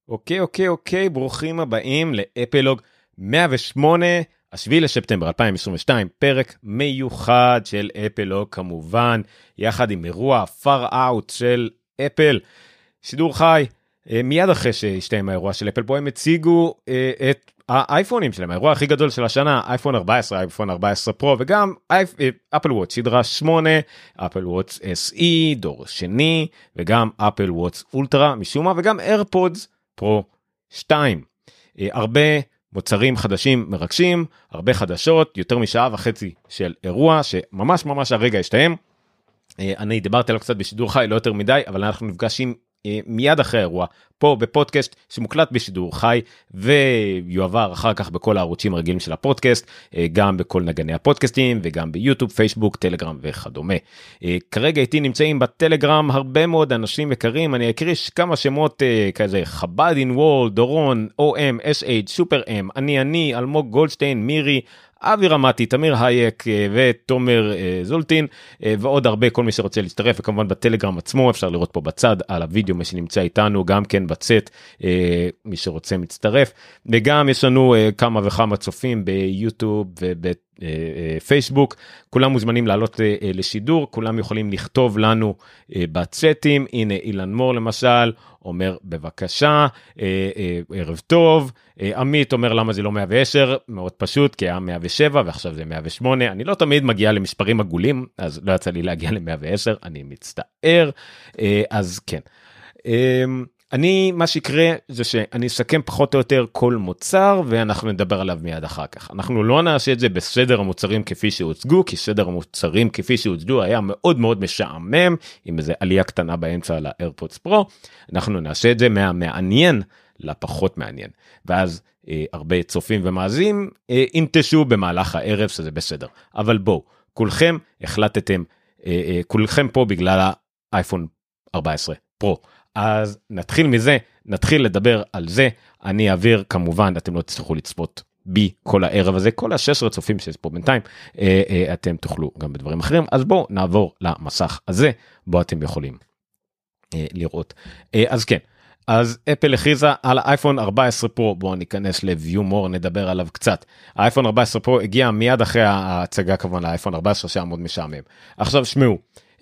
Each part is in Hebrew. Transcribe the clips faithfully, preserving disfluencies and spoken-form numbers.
אוקיי, אוקיי, אוקיי, ברוכים הבאים לאפילוג מאה ושמונה, השביעי לספטמבר אלפיים עשרים ושתיים, פרק מיוחד של אפילוג כמובן, יחד עם אירוע far out של אפל, שידור חי, מיד אחרי שהשתיים האירוע של אפל, פה הם הציגו את האייפונים שלהם, האירוע הכי גדול של השנה, אייפון ארבע עשרה, אייפון ארבע עשרה פרו, וגם אפל וואץ' סדרה שמונה, אפל וואץ' אס אי, דור שני, וגם אפל וואץ' אולטרה, משום מה, וגם איירפודס פרו שתיים. הרבה מוצרים חדשים מרגשים, הרבה חדשות, יותר משעה וחצי של אירוע, שממש ממש הרגע השתיים. אני דיברתי עליו קצת בשידור חי, לא יותר מדי, אבל אנחנו נפגשים מיד אחרי האירוע, פה בפודקאסט שמוקלט בשידור חי, ויועבר אחר כך בכל הערוצים הרגילים של הפודקאסט, גם בכל נגני הפודקאסטים, וגם ביוטיוב, פייסבוק, טלגרם וכדומה. כרגע איתי נמצאים בטלגרם הרבה מאוד אנשים יקרים, אני אקריא כמה שמות כזה, חב"ד אין וול, דורון, או אם, אס אייץ', סופר אם, אני אני, אלמוג גולדשטיין, מירי, אבי רמתי, תמיר הייק ותומר זולטין ועוד הרבה, כל מי שרוצה להצטרף, וכמובן בטלגרם עצמו אפשר לראות פה בצד על הוידאו מי שנמצא איתנו, גם כן בצאת מי שרוצה מצטרף, וגם יש לנו כמה וכמה צופים ביוטיוב ובפייסבוק, כולם מוזמנים לעלות לשידור, כולם יכולים לכתוב לנו בצאטים, הנה אילן מור למשל, אומר בבקשה, ערב טוב, עמית אומר למה זה לא מאה ועשר, מאוד פשוט, כי היה מאה ושבע ועכשיו זה מאה ושמונה, אני לא תמיד מגיע למספרים עגולים, אז לא יצא לי להגיע ל-מאה ועשר, אני מצטער, אז כן. אני, מה שיקרה זה שאני אסכם פחות או יותר כל מוצר, ואנחנו נדבר עליו מיד אחר כך. אנחנו לא נעשה את זה בסדר המוצרים כפי שהוצגו, כי סדר המוצרים כפי שהוצגו היה מאוד מאוד משעמם, עם איזו עלייה קטנה באמצע על האיירפודס פרו, אנחנו נעשה את זה מהמעניין לפחות מעניין. ואז אה, הרבה צופים ומאזינים אה, ינטשו במהלך הערב, שזה בסדר. אבל בואו, כולכם החלטתם, אה, אה, כולכם פה בגלל האייפון ארבע עשרה פרו. אז נתחיל מזה, נתחיל לדבר על זה, אני אעביר כמובן, אתם לא תצטרכו לצפות בי כל הערב הזה, כל השש עשרה צופים שיש פה בינתיים, אתם תוכלו גם בדברים אחרים, אז בואו נעבור למסך הזה, בו אתם יכולים לראות. אז כן, אז אפל הכריזה על האייפון ארבע עשרה פרו, בואו ניכנס ל-View More, נדבר עליו קצת. האייפון ארבע עשרה פרו הגיע מיד אחרי ההצגה כמובן לאייפון ארבע עשרה, שהיה מאוד משעמם. עכשיו שמעו,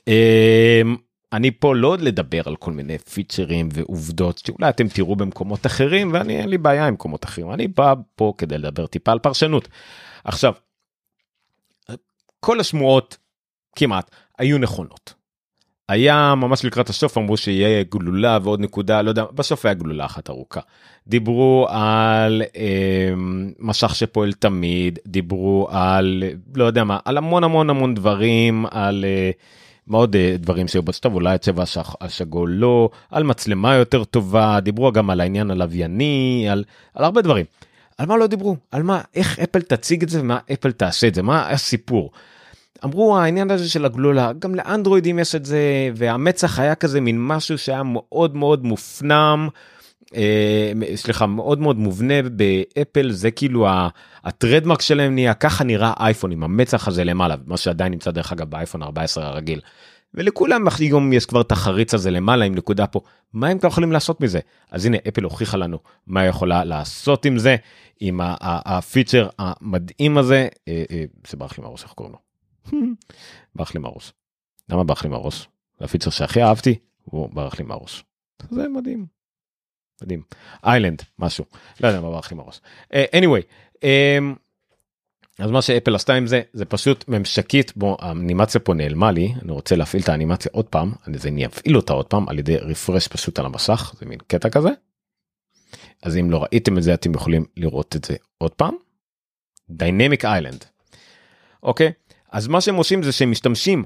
אני פה לא לדבר על כל מיני פיצ'רים ועובדות, שאולי אתם תראו במקומות אחרים, ואני אין לי בעיה עם מקומות אחרים, אני בא פה כדי לדבר טיפה על פרשנות. עכשיו, כל השמועות כמעט היו נכונות. היה ממש לקראת הסוף, אמרו שיהיה גלולה ועוד נקודה, לא יודע, בסוף היה גלולה אחת ארוכה. דיברו על אה, משך שפועל תמיד, דיברו על, לא יודע מה, על המון המון המון דברים, על... אה, מאוד דברים שהיו בצטוב, אולי צבע השגול לא, על מצלמה יותר טובה, דיברו גם על העניין הלווייני, על, על הרבה דברים. על מה לא דיברו? על מה, איך אפל תציג את זה ומה אפל תעשה את זה, מה הסיפור? אמרו העניין הזה של הגלולה, גם לאנדרואידים יש את זה, והמצח היה כזה מין משהו שהיה מאוד מאוד מופנם, אה, סליחה, מאוד מאוד מובנה באפל, זה כאילו הטרדמרק שלהם נהיה, ככה נראה אייפון עם המצח הזה למעלה, מה שעדיין נמצא דרך אגב באייפון ארבע עשרה הרגיל, ולכולם היום יש כבר את החריץ הזה למעלה עם נקודה פה, מה הם כבר יכולים לעשות מזה? אז הנה אפל הוכיחה לנו מה יכולה לעשות עם זה, עם הפיצ'ר המדהים הזה, אה, אה, זה ברח לי מהראש, איך קוראים לו? ברח לי מהראש. למה ברח לי מהראש? זה הפיצ'ר שהכי אהבתי, הוא ברח לי מהראש. זה מדהים. מדהים. איילנד, משהו. לא יודע מה ברח לי מהראש. anyway, אז מה שאפל עשתה עם זה, זה פשוט ממשקית, בוא, האנימציה פה נעלמה לי, אני רוצה להפעיל את האנימציה עוד פעם, אני אפעיל אותה עוד פעם, על ידי רפרש פשוט על המסך, זה מין קטע כזה. אז אם לא ראיתם את זה, אתם יכולים לראות את זה עוד פעם. Dynamic Island. אוקיי? אז מה שהם עושים זה שהם משתמשים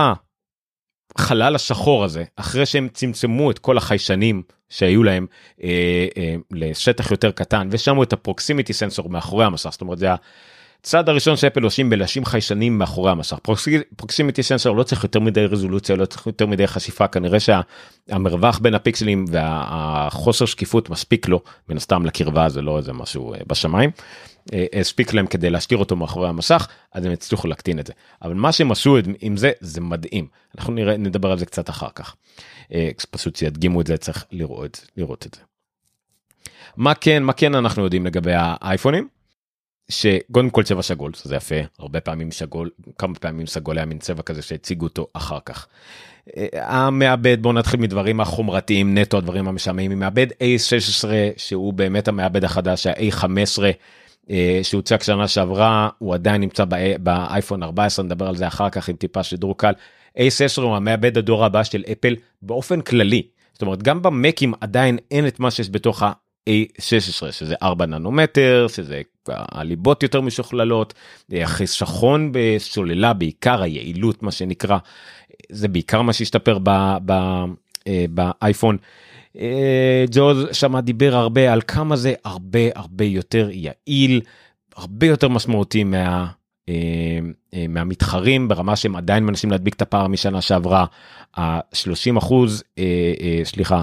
בחלל השחור הזה, אחרי שהם צמצמו את כל החיישנים שהיו להם אה, אה, לשטח יותר קטן, ושמו את הפרוקסימיטי סנסור מאחורי המסך, זאת אומרת זה הצעד הראשון שאפל עושים בלשים חיישנים מאחורי המסך. פרוקסימיטי סנסור לא צריך יותר מדי רזולוציה, לא צריך יותר מדי חשיפה, כנראה שהמרווח בין הפיקסלים והחוסר שקיפות מספיק לו, מן הסתם לקרבה זה לא איזה משהו בשמיים, הספיק להם כדי להשתיר אותו מאחורי המסך, אז הם הצליחו להקטין את זה. אבל מה שהם עשו עם זה, זה מדהים. אנחנו נראה, נדבר על זה קצת אחר כך. פשוט שידגימו את זה, צריך לראות, לראות את זה. מה כן, מה כן אנחנו יודעים לגבי האייפונים? שקודם כל צבע שגול, זה יפה, הרבה פעמים שגול, כמה פעמים סגול היה מין צבע כזה שהציגו אותו אחר כך. המעבד, בואו נתחיל מדברים החומרתיים נטו, הדברים המשמעים, המעבד איי שש עשרה, שהוא באמת המעבד החדש, ה-איי חמש עשרה, שהוצג שנה שעברה, הוא עדיין נמצא באייפון ארבע עשרה, נדבר על זה אחר כך עם טיפה שדרוג קל. איי שש עשרה הוא המעבד הדור הבא של אפל באופן כללי, זאת אומרת גם במקים עדיין אין את מה שיש בתוך ה-איי שש עשרה, שזה ארבע ננומטר, שזה הליבות יותר משוכללות, החיסכון בסוללה, בעיקר היעילות מה שנקרא, זה בעיקר מה שהשתפר באייפון. ג'וז שמה דיבר הרבה על כמה זה הרבה הרבה יותר יעיל, הרבה יותר משמעותי מה, מהמתחרים, ברמה שהם עדיין מנסים להדביק את הפער משנה שעברה, ה-שלושים אחוז, סליחה,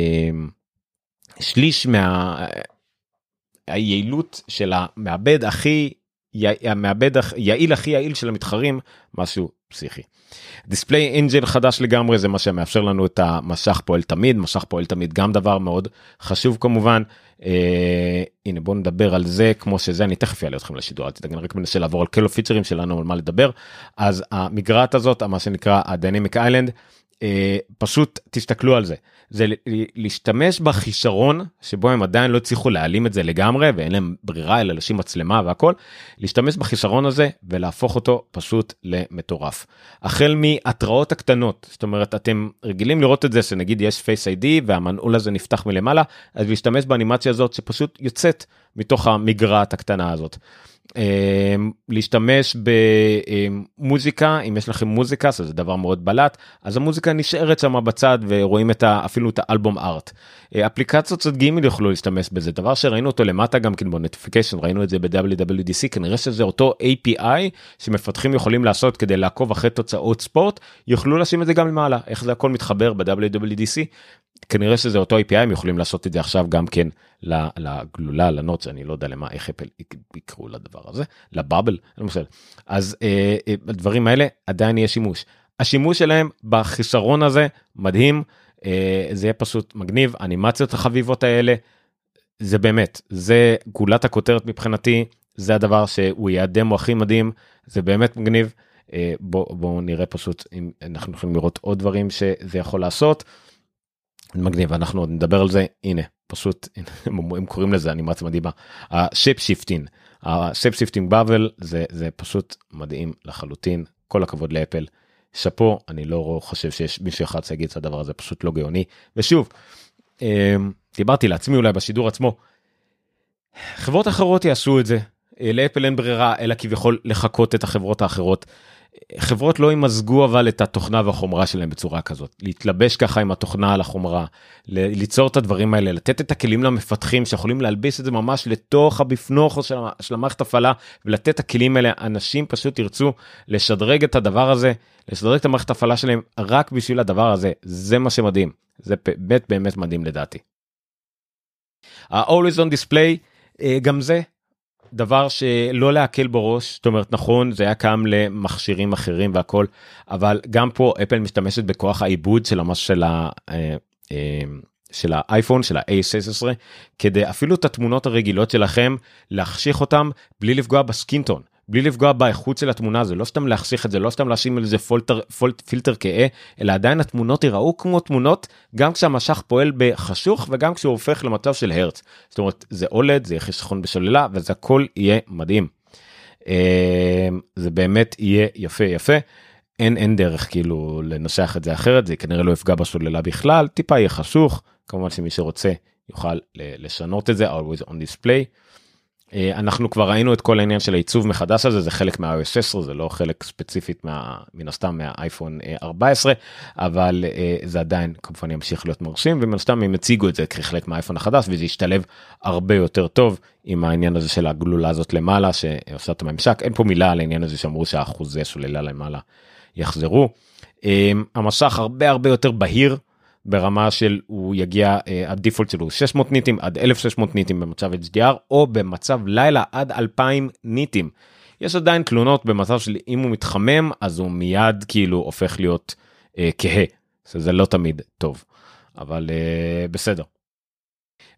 שליש מה... היעילות של המעבד הכי, המעבד יעיל הכי יעיל של המתחרים, משהו פסיכי. דיספליי אנג'ל חדש לגמרי, זה מה שמאפשר לנו את המשך פועל תמיד, משך פועל תמיד גם דבר מאוד חשוב כמובן, אה, הנה בואו נדבר על זה כמו שזה, אני תכף אעלה אתכם לשידור, אל תדאגו, רק מנסה לעבור על כל הפיצ'רים שלנו על מה לדבר, אז המגרעת הזאת, מה שנקרא ה-Dynamic Island, אה, פשוט תסתכלו על זה, זה להשתמש בחישרון, שבו הם עדיין לא צריכו להעלים את זה לגמרי, ואין להם ברירה אלא לשים מצלמה והכל, להשתמש בחישרון הזה, ולהפוך אותו פשוט למטורף. החל מהתראות הקטנות, זאת אומרת, אתם רגילים לראות את זה, שנגיד יש Face איי די, והמנעול הזה נפתח מלמעלה, אז להשתמש באנימציה הזאת, שפשוט יוצאת מתוך המגרעת הקטנה הזאת. להשתמש במוזיקה, אם יש לכם מוזיקה, זה דבר מאוד בלט, אז המוזיקה נשארת שם בצד, ורואים את ה, אפילו את האלבום ארט. אפליקציות צד גימל יוכלו להשתמש בזה, דבר שראינו אותו למטה גם כן בנוטיפיקיישן, ראינו את זה ב-דאבליו דאבליו די סי, כנראה שזה אותו איי פי איי, שמפתחים יכולים לעשות כדי לעקוב אחרי תוצאות ספורט, יוכלו לשים את זה גם למעלה, איך זה הכל מתחבר ב-דאבליו דאבליו די סי, כנראה שזה אותו איי פי איי, הם יכולים לעשות את זה עכשיו גם כן לגלולה, לנוטס, אני לא יודע למה, איך אפל יקראו לדבר הזה, לבאבל, למשל. אז אה, הדברים האלה עדיין יהיה שימוש. השימוש שלהם בחיסרון הזה מדהים, אה, זה יהיה פשוט מגניב, האנימציות החביבות האלה, זה באמת, זה גולת הכותרת מבחינתי, זה הדבר שהוא יהיה הדמו הכי מדהים, זה באמת מגניב, אה, בואו בוא נראה פשוט, אם אנחנו יכולים לראות עוד דברים שזה יכול לעשות, מגניב, אנחנו עוד נדבר על זה, הנה, פשוט, הם קוראים לזה, אנימציה מדהימה, השייפ שיפטינג, השייפ שיפטינג באבל, זה, זה פשוט מדהים לחלוטין, כל הכבוד לאפל, שפו, אני לא חושב שיש מישהו אחד שיגיד את הדבר הזה, פשוט לא גאוני, ושוב, דיברתי לעצמי אולי בשידור עצמו, חברות אחרות יעשו את זה, לאפל אין ברירה, אלא כביכול לחכות את החברות האחרות, חברות לא ימזגו אבל את התוכנה והחומרה שלהם בצורה כזאת, להתלבש ככה עם התוכנה על החומרה, ליצור את הדברים האלה, לתת את הכלים למפתחים שיכולים להלביס את זה ממש לתוך הבפנוך של, של המערכת הפעלה, ולתת את הכלים האלה, אנשים פשוט ירצו לשדרג את הדבר הזה, לשדרג את המערכת הפעלה שלהם רק בשביל הדבר הזה, זה מה שמדהים, זה באמת באמת מדהים לדעתי. ה-Always on Display, גם זה, דבר שלא להקל בראש, זאת אומרת נכון, זה היה קם למכשירים אחרים והכל, אבל גם פה אפל משתמשת בכוח העיבוד של המש של ה... של האייפון, של ה-איי שש עשרה, כדי אפילו את התמונות הרגילות שלכם, להחשיך אותם בלי לפגוע בסקינטון, בלי לפגוע באיכות של התמונה, זה לא סתם להחשיך את זה, לא סתם להשים על זה פולטר, פולט, פילטר כאה, אלא עדיין התמונות יראו כמו תמונות, גם כשהמשך פועל בחשוך, וגם כשהוא הופך למצב של הרץ. זאת אומרת, זה אולד, זה חיסכון בשוללה, וזה הכל יהיה מדהים. זה באמת יהיה יפה יפה, אין, אין דרך כאילו לנסח את זה אחרת, זה כנראה לא יפגע בשוללה בכלל, טיפה יהיה חשוך, כמובן שמי שרוצה יוכל לשנות את זה, always on display. אנחנו כבר ראינו את כל העניין של העיצוב מחדש הזה, זה חלק מה-איי או אס שש עשרה, זה לא חלק ספציפית מה, מן הסתם מהאייפון ארבע עשרה, אבל זה עדיין כמובן ימשיך להיות מרשים, ומן הסתם הם הציגו את זה כחלק מהאייפון החדש, וזה ישתלב הרבה יותר טוב עם העניין הזה של הגלולה הזאת למעלה, שעושה את הממשק, אין פה מילה על העניין הזה שאמרו שהאחוזי שוללה למעלה יחזרו. המשך הרבה הרבה יותר בהיר, ברמה של הוא יגיע, הדיפולט שלו שש מאות ניטים עד אלף ושש מאות ניטים במצב אייץ' די אר, או במצב לילה עד אלפיים ניטים. יש עדיין תלונות במצב של אם הוא מתחמם, אז הוא מיד כאילו הופך להיות אה, כהה. זה לא תמיד טוב, אבל אה, בסדר.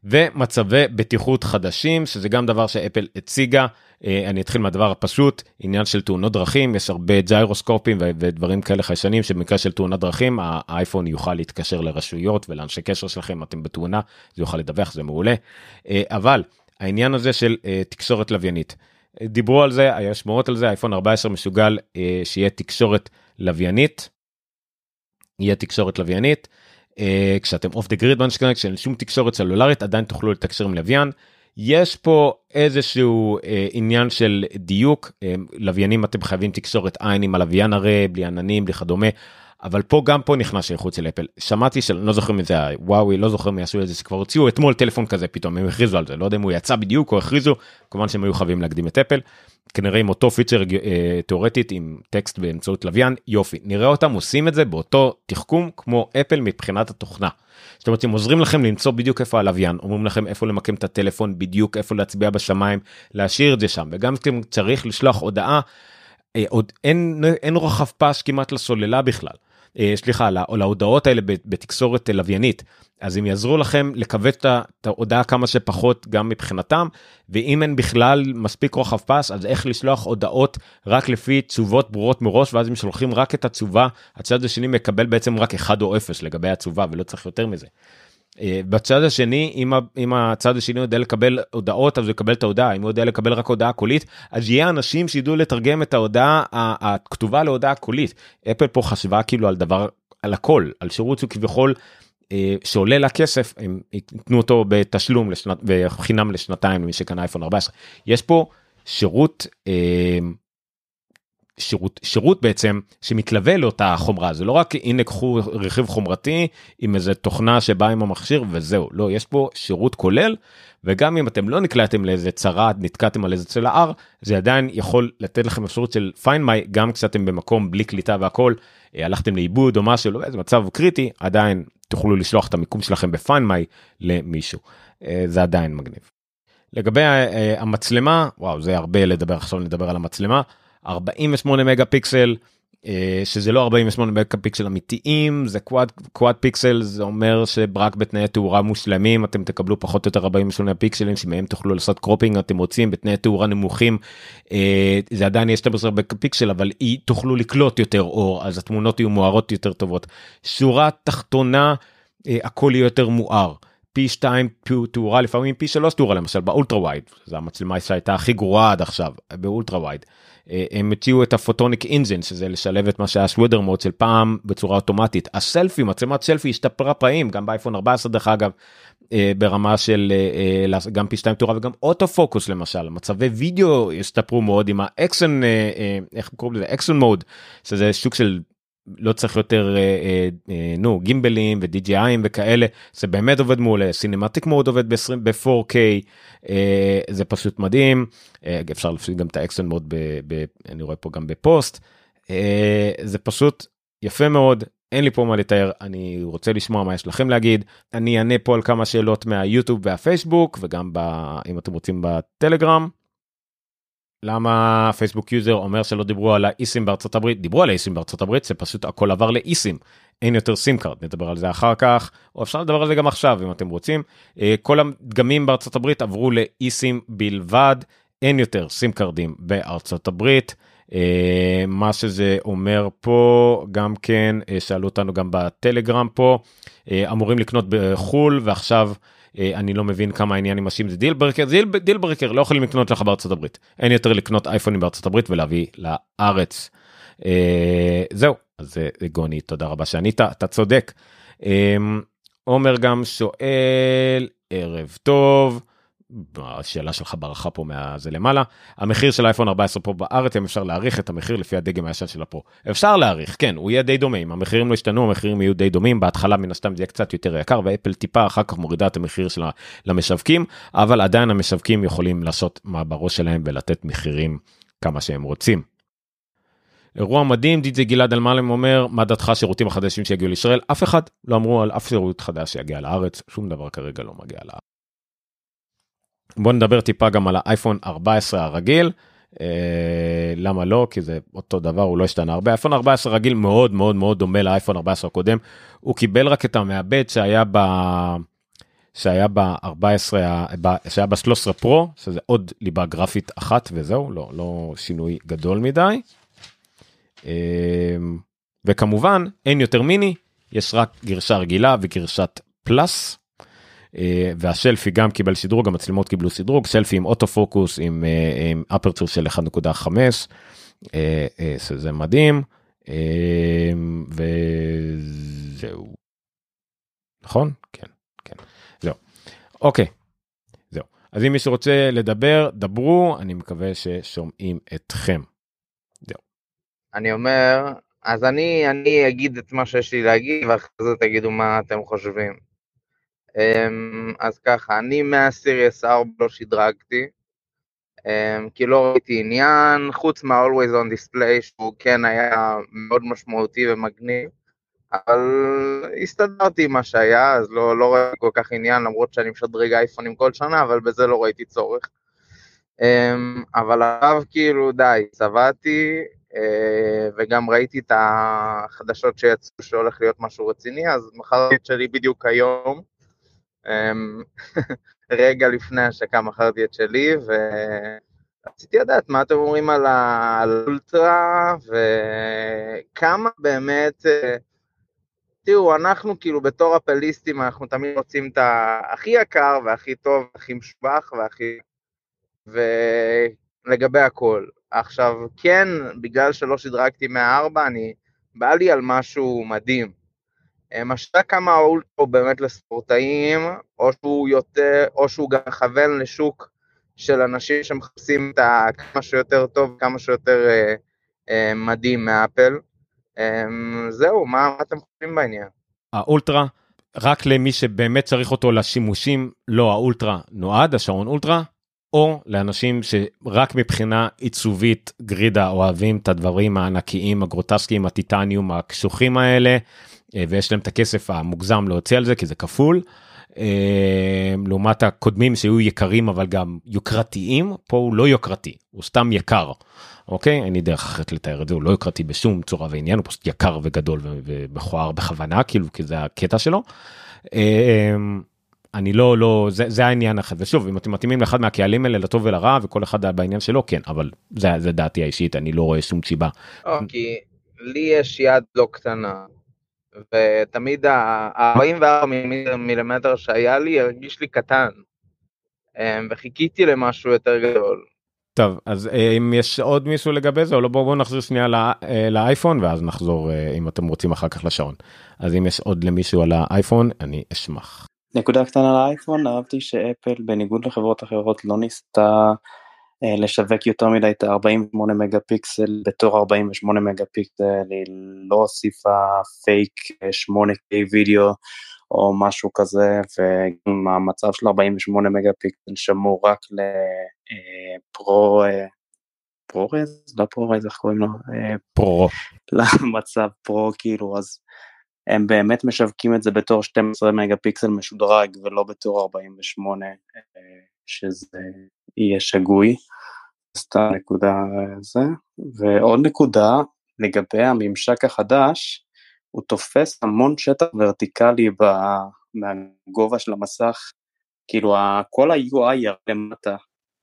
ומצבי בטיחות חדשים, שזה גם דבר שאפל הציגה. אני אתחיל מהדבר הפשוט, עניין של תאונות דרכים, יש הרבה ג'יירוסקופים ודברים כאלה חיישנים, שבמקרה של תאונת דרכים, האייפון יוכל להתקשר לרשויות ולאנשי קשר שלכם, אתם בתאונה, זה יוכל לדווח, זה מעולה. אבל העניין הזה של תקשורת לוויינית, דיברו על זה, היה שמועות על זה, האייפון ארבע עשרה משוגל שיהיה תקשורת לוויינית, יהיה תקשורת לוויינית, כשאתם אוף דה גריד, כשאין שום תקשורת סלולרית, עדיין תוכלו לתקשר עם לוויין. יש פה איזשהו אה, עניין של דיוק, אה, לוויינים אתם חייבים תקשורת עין עם הלוויין הרי, בלי עננים, בלי כדומה, אבל פה גם פה נכנס שייכות של אפל. שמעתי של, לא זוכרים את זה, וואוי, לא זוכרים מי עשו את זה, שכבר הוציאו אתמול טלפון כזה פתאום, הם הכריזו על זה, לא יודע אם הוא יצא בדיוק או הכריזו, כמובן שהם היו חייבים להקדים את אפל, כנראה עם אותו פיצ'ר אה, תיאורטית, עם טקסט באמצעות לוויין, יופי, נראה אותם עושים את זה באותו תחכום כמו אפל מבחינת התוכנה. זאת אומרת, הם עוזרים לכם למצוא בדיוק איפה הלוויין, אומרים לכם איפה למקם את הטלפון, בדיוק איפה להצביע בשמיים, להשאיר את זה שם, וגם אם צריך לשלוח הודעה, אה, עוד אין, אין רוחב פס כמעט לסוללה בכלל, אה, סליחה, לה, או להודעות האלה בתקשורת לוויינית, אז הם יעזרו לכם לקוות את ההודעה כמה שפחות גם מבחינתם, ואם אין בכלל מספיק רוחב פס, אז איך לשלוח הודעות רק לפי תשובות ברורות מראש, ואז הם שולחים רק את התשובה, הצד השני מקבל בעצם רק אחד או אפס לגבי התשובה, ולא צריך יותר מזה. בצד השני, אם, אם הצד השני יודע לקבל הודעות, אז הוא יקבל את ההודעה, אם הוא יודע לקבל רק הודעה קולית, אז יהיה אנשים שידעו לתרגם את ההודעה הכתובה להודעה קולית. אפל פה חשבה כאילו על דבר, על הכל, על שירות שהוא כביכול, שעולה לה כסף, הם ייתנו אותו בתשלום לשנת, בחינם לשנתיים למי שקנה אייפון ארבע עשרה. יש פה שירות, שירות, שירות בעצם שמתלווה לאותה חומרה, זה לא רק הנה קחו רכיב חומרתי עם איזה תוכנה שבאה עם המכשיר וזהו, לא, יש פה שירות כולל, וגם אם אתם לא נקלעתם לאיזה צרה, נתקעתם על איזה צלע R, זה עדיין יכול לתת לכם אפשרות של find my, גם כשאתם במקום בלי קליטה והכל, הלכתם לאיבוד או משהו, לא, איזה מצב קריטי, עדיין תוכלו לשלוח את המיקום שלכם ב-find my למישהו, זה עדיין מגניב. לגבי המצלמה, וואו, זה הרבה לדבר, עכשיו נדבר על המצלמה, ארבעים ושמונה מגה פיקסל, שזה לא ארבעים ושמונה מגה פיקסל אמיתיים, זה קוואד, קוואד פיקסל, זה אומר שרק בתנאי תאורה מושלמים, אתם תקבלו פחות או יותר ארבעים ושמונה פיקסלים, שמהם תוכלו לעשות קרופינג, אתם רוצים, בתנאי תאורה נמוכים, זה עדיין יש שתים עשרה מגה פיקסל, אבל תוכלו לקלוט יותר אור, אז התמונות יהיו מוארות יותר טובות. שורה תחתונה, הכל יהיה יותר מואר. פי שתיים תאורה, לפעמים פי שלוש תאורה, למשל באולטרה ווייד, זו המצלמה שהייתה הכי גרועה עד עכשיו, באולטרה ווייד. הם הציעו את הפוטוניק אינג'ן, שזה לשלב את מה שהיה שווידר מוד של פעם בצורה אוטומטית. הסלפי, מצלמת סלפי השתפרה פראים, גם באייפון ארבע עשרה דרך אגב, ברמה של גם פי שתיים תאורה וגם אוטו פוקוס למשל. מצבי וידאו השתפרו מאוד עם האקסון, איך קוראים לזה? אקסון מוד, שזה שוק של לא צריך יותר, נו, גימבלים ו-די ג'י איי וכאלה, זה באמת עובד מעולה, סינמטיק מוד עובד ב-פור קיי, זה פשוט מדהים, אפשר לפעמים גם את האקסון מוד, אני רואה פה גם בפוסט, זה פשוט יפה מאוד, אין לי פה מה לתאר, אני רוצה לשמוע מה יש לכם להגיד, אני אענה פה על כמה שאלות מהיוטיוב והפייסבוק, וגם אם אתם רוצים בטלגרם, למה פייסבוק יוזר אומר שלא דיברו על האיסים בארצות הברית? דיברו על האיסים בארצות הברית, זה פשוט הכל עבר לאיסים. אין יותר סים קארד, נדבר על זה אחר כך, או אפשר לדבר על זה גם עכשיו אם אתם רוצים. כל הדגמים בארצות הברית עברו לאיסים בלבד, אין יותר סים קארדים בארצות הברית. מה שזה אומר פה, גם כן, שאלו אותנו גם בטלגרם פה, אמורים לקנות בחול, ועכשיו אני לא מבין כמה העניין עם השים זה דיל ברקר, דיל, דיל ברקר, לא יכולים לקנות לך בארצות הברית, אין יותר לקנות אייפונים בארצות הברית ולהביא לארץ. אה, זהו, אז גוני, תודה רבה שענית, אתה צודק. אה, עומר גם שואל, ערב טוב, השאלה שלך ברכה פה מהזה למעלה, המחיר של האייפון ארבע עשרה פה בארץ, אם אפשר להעריך את המחיר לפי הדגם הישן של הפרו. אפשר להעריך, כן, הוא יהיה די דומים, המחירים לא השתנו, המחירים יהיו די דומים, בהתחלה מן הסתם זה יהיה קצת יותר יקר, ואפל טיפה אחר כך מורידה את המחיר שלה למשווקים, אבל עדיין המשווקים יכולים לעשות מה בראש שלהם ולתת מחירים כמה שהם רוצים. אירוע מדהים, די.ג'יי גלעד אלמלם אומר, מה דעתך שירותים החדשים שיגיעו לישראל? אף אחד לא אמרו על אף שירות חדש שיגיע לארץ, שום דבר כרגע לא מגיע לארץ. בואו נדבר טיפה גם על האייפון ארבע עשרה הרגיל, אה, למה לא? כי זה אותו דבר, הוא לא השתנה הרבה. האייפון ארבע עשרה רגיל מאוד מאוד מאוד דומה לאייפון ארבע עשרה הקודם, הוא קיבל רק את המעבד שהיה ב... שהיה ב-ארבע עשרה, שהיה ב-שלוש עשרה פרו, שזה עוד ליבה גרפית אחת וזהו, לא, לא שינוי גדול מדי. וכמובן, אין יותר מיני, יש רק גרשה רגילה וגרשת פלאס, והשלפי גם קיבל שדרוג, המצלמות קיבלו שדרוג, שלפי עם אוטו-פוקוס, עם, עם אפרצ'ור של אחת נקודה חמש, שזה מדהים, וזהו. נכון? כן, כן. זהו. אוקיי. זהו. אז אם מישהו רוצה לדבר, דברו, אני מקווה ששומעים אתכם. זהו. אני אומר, אז אני, אני אגיד את מה שיש לי להגיד, ואחרי זה תגידו מה אתם חושבים. אז ככה, אני מהסיריוס ארבע לא שדרגתי, כי לא ראיתי עניין, חוץ מה-Always on Display, שהוא כן היה מאוד משמעותי ומגניב, אבל הסתדרתי עם מה שהיה, אז לא, לא ראיתי כל כך עניין, למרות שאני משדרג אייפונים כל שנה, אבל בזה לא ראיתי צורך. אבל עכשיו כאילו די, צבעתי, וגם ראיתי את החדשות שיצאו שהולך להיות משהו רציני, אז מכרתי את שלי בדיוק היום, רגע לפני השקה מכרתי את שלי, ורציתי לדעת מה אתם אומרים על האולטרה, וכמה באמת, תראו, אנחנו כאילו בתור אפליסטים, אנחנו תמיד רוצים את הכי יקר, והכי טוב, והכי משובח, והכי... ולגבי הכל. עכשיו, כן, בגלל שלא שדרגתי מהארבע, אני בא לי על משהו מדהים. משתה כמה האולטרה הוא באמת לספורטאים, או שהוא יותר, או שהוא גם מכוון לשוק של אנשים שמחפשים את כמה שיותר טוב, כמה שיותר אה, אה, מדהים מאפל. אה, זהו, מה, מה אתם חושבים בעניין? האולטרה, רק למי שבאמת צריך אותו לשימושים, לא האולטרה נועד, השעון אולטרה, או לאנשים שרק מבחינה עיצובית גרידה אוהבים את הדברים הענקיים, הגרוטסקיים, הטיטניום, הקשוחים האלה, ויש להם את הכסף המוגזם להוציא על זה, כי זה כפול, לעומת הקודמים שהיו יקרים, אבל גם יוקרתיים, פה הוא לא יוקרתי, הוא סתם יקר, אוקיי? אין לי דרך אחרת לתאר את זה, הוא לא יוקרתי בשום צורה ועניין, הוא פשוט יקר וגדול ומכוער בכוונה, כאילו, כי זה הקטע שלו. אני לא, לא, זה, זה העניין אחת, ושוב, אם אתם מתאימים לאחד מהקהלים האלה, לטוב ולרע, וכל אחד בעניין שלו, כן, אבל זה, זה דעתי האישית, אני לא רואה שום סיבה. אוקיי, לי יש יד לא קטנה, ותמיד ה-ארבעים וארבע מילימטר שהיה לי, הרגיש לי קטן, וחיכיתי למשהו יותר גדול. טוב, אז אם יש עוד מישהו לגבי זה, או לא, בואו בוא נחזור שנייה לא, לאייפון, ואז נחזור, אם אתם רוצים אחר כך לשעון. אז אם יש עוד למישהו על האייפון, אני אשמח. נקודה קטנה על האייפון, אהבתי שאפל בניגוד לחברות אחרות לא ניסתה אה, לשווק יותר מדי את ה-ארבעים ושמונה מגה פיקסל בתור ארבעים ושמונה מגה פיקסל, היא לא הוסיפה פייק שמונה קיי וידאו או משהו כזה, והמצב של ארבעים ושמונה מגה פיקסל שמור רק לפרו, אה, פרורז? לא פרורז, איך קוראים לו? אה, פרו. למצב פרו כאילו, אז הם באמת משווקים את זה בתור שתים עשרה מגה פיקסל משודרג, ולא בתור ארבעים ושמונה, שזה יהיה שגוי. סתם נקודה זה. ועוד נקודה, לגבי הממשק החדש, הוא תופס המון שטח ורטיקלי מהגובה של המסך, כאילו כל ה-יו איי ירד למטה,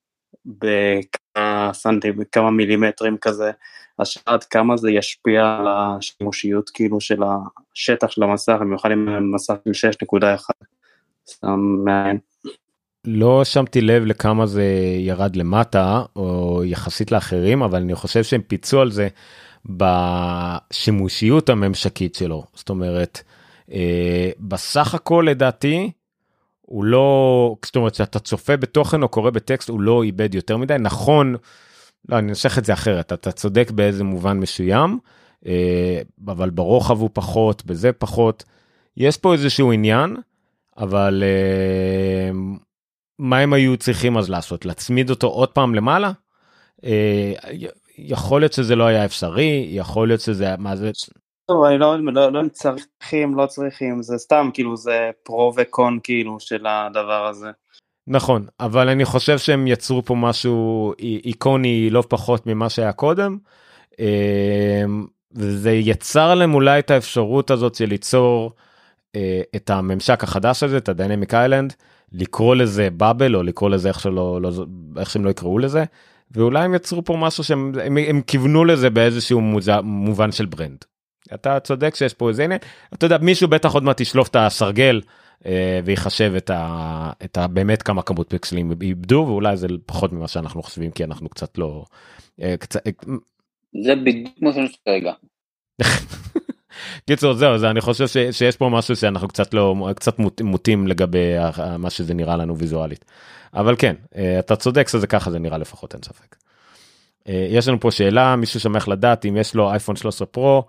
בכמה סנטים, בכמה מילימטרים כזה, השאלה עד כמה זה ישפיע על השימושיות כאילו של השטח של המסך, במיוחד עם מסך של שש נקודה אחת. לא שמתי לב לכמה זה ירד למטה, או יחסית לאחרים, אבל אני חושב שהם פיצו על זה בשימושיות הממשקית שלו. זאת אומרת, בסך הכל לדעתי, הוא לא, זאת אומרת, שאתה צופה בתוכן או קורא בטקסט, הוא לא איבד יותר מדי. נכון, לא, אני נשך את זה אחרת, אתה צודק באיזה מובן מסוים, אבל ברוחב הוא פחות, בזה פחות. יש פה איזשהו עניין, אבל מה הם היו צריכים אז לעשות? להצמיד אותו עוד פעם למעלה? יכול להיות שזה לא היה אפשרי, יכול להיות שזה, מה זה... טוב, אני לא, לא, לא צריכים, לא צריכים, זה סתם, כאילו, זה פרו וקון, כאילו, של הדבר הזה. נכון, אבל אני חושב שהם יצרו פה משהו איקוני לא פחות ממה שהיה קודם, וזה יצר להם אולי את האפשרות הזאת של ליצור את הממשק החדש הזה, את ה-Dynamic Island, לקרוא לזה בבל, או לקרוא לזה איך, שלא, לא, איך שהם לא יקראו לזה, ואולי הם יצרו פה משהו שהם הם, הם כיוונו לזה באיזשהו מוז, מובן של ברנד. אתה צודק שיש פה איזה עניין, אתה יודע, מישהו בטח עוד מעט ישלוף את הסרגל, אה, ויחשב את, ה, את ה, באמת כמה כמות פיקסלים איבדו, ואולי זה פחות ממה שאנחנו חושבים, כי אנחנו קצת לא... אה, קצת, אה, זה בדיוק כמו שאני כרגע. קיצור, זהו, זה, אני חושב ש, שיש פה משהו שאנחנו קצת לא, קצת מוט, מוטים לגבי מה שזה נראה לנו ויזואלית. אבל כן, אתה צודק שזה ככה, זה נראה לפחות, אין ספק. יש לנו פה שאלה, מישהו שמח לדעת אם יש לו אייפון שלוש עשרה פרו,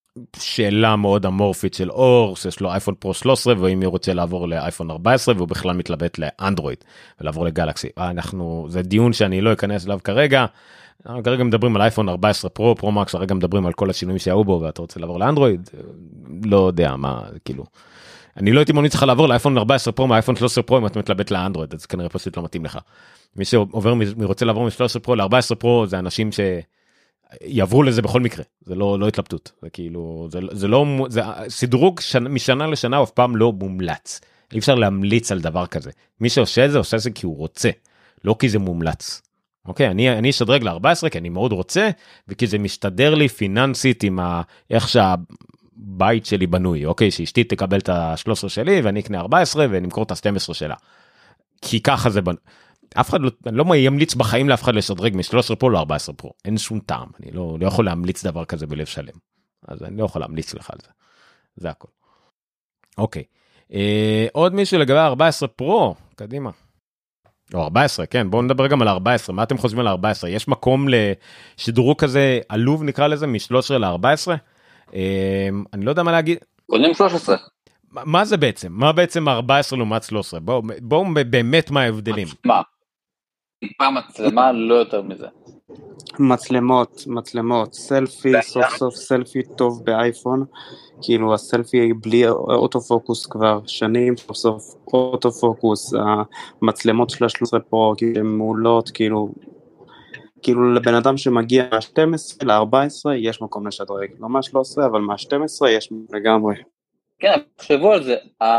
שאלה מאוד אמורפית של אור, שיש לו אייפון פרו שלוש עשרה, ואם הוא רוצה לעבור לאייפון ארבע עשרה, והוא בכלל מתלבט לאנדרואיד, ולעבור לגלקסי. אנחנו, זה דיון שאני לא אכנס אליו כרגע, כרגע מדברים על אייפון ארבע עשרה פרו, פרו מקס, כרגע מדברים על כל השינויים שהיו בו, ואתה רוצה לעבור לאנדרואיד, לא יודע מה, כאילו, אני לא הייתי ממליץ לך לעבור לאייפון ארבע עשרה פרו, מהאייפון שלוש עשרה פרו, אם אתה מתלבט לאנדרואיד, אז כנראה פשוט לא מתאים לך. מי שעובר, מי רוצה לעבור מ-שלוש עשרה פרו ל-ארבע עשרה פרו, זה אנשים שיעברו לזה בכל מקרה, זה לא, לא התלבטות, זה כאילו, זה, זה לא, זה סדרוג משנה לשנה, אף פעם לא מומלץ, אי אפשר להמליץ על דבר כזה, מי שעושה את זה, עושה את זה כי הוא רוצה, לא כי זה מומלץ. אוקיי, אני, אני אשדרג ל-ארבע עשרה, כי אני מאוד רוצה, וכי זה משתדר לי פיננסית עם ה... איך שהבית שלי בנוי, אוקיי, שאשתי תקבל את ה-שלוש עשרה שלי, ואני אקנה ארבע עשרה, ונמכור את ה-שתים עשרה שלה. כי ככה זה בנוי. אף אחד לא, לא ימליץ בחיים לאף אחד לשדרג מ-שלוש עשרה פרו ל-ארבע עשרה פרו. אין שום טעם, אני לא, לא יכול להמליץ דבר כזה בלב שלם. אז אני לא יכול להמליץ לך על זה. זה הכל. אוקיי. אה, עוד מישהו לגבי ארבע עשרה פרו, קדימה. או ארבע עשרה, כן, בואו נדבר גם על ארבע עשרה, מה אתם חושבים על ארבע עשרה? יש מקום לשדרוג כזה עלוב נקרא לזה, מ-שלוש עשרה ל-ארבע עשרה? אני לא יודע מה להגיד. קודם שלוש עשרה. מה זה בעצם? מה בעצם ארבע עשרה לעומת שלוש עשרה? בואו בוא, באמת מה ההבדלים. מה? פעם מצלמה לא יותר מזה. מצלמות, מצלמות, סלפי, סוף סוף סלפי טוב באייפון, כאילו הסלפי בלי אוטופוקוס כבר שנים, סוף סוף אוטופוקוס, המצלמות של ה-שלוש עשרה פרו, כאילו מעולות, כאילו, כאילו לבן אדם שמגיע מה-שתים עשרה ל-ארבע עשרה יש מקום לשדרג, לא מה-שלוש עשרה אבל מה-שתים עשרה יש לגמרי. כן, תחשבו על זה,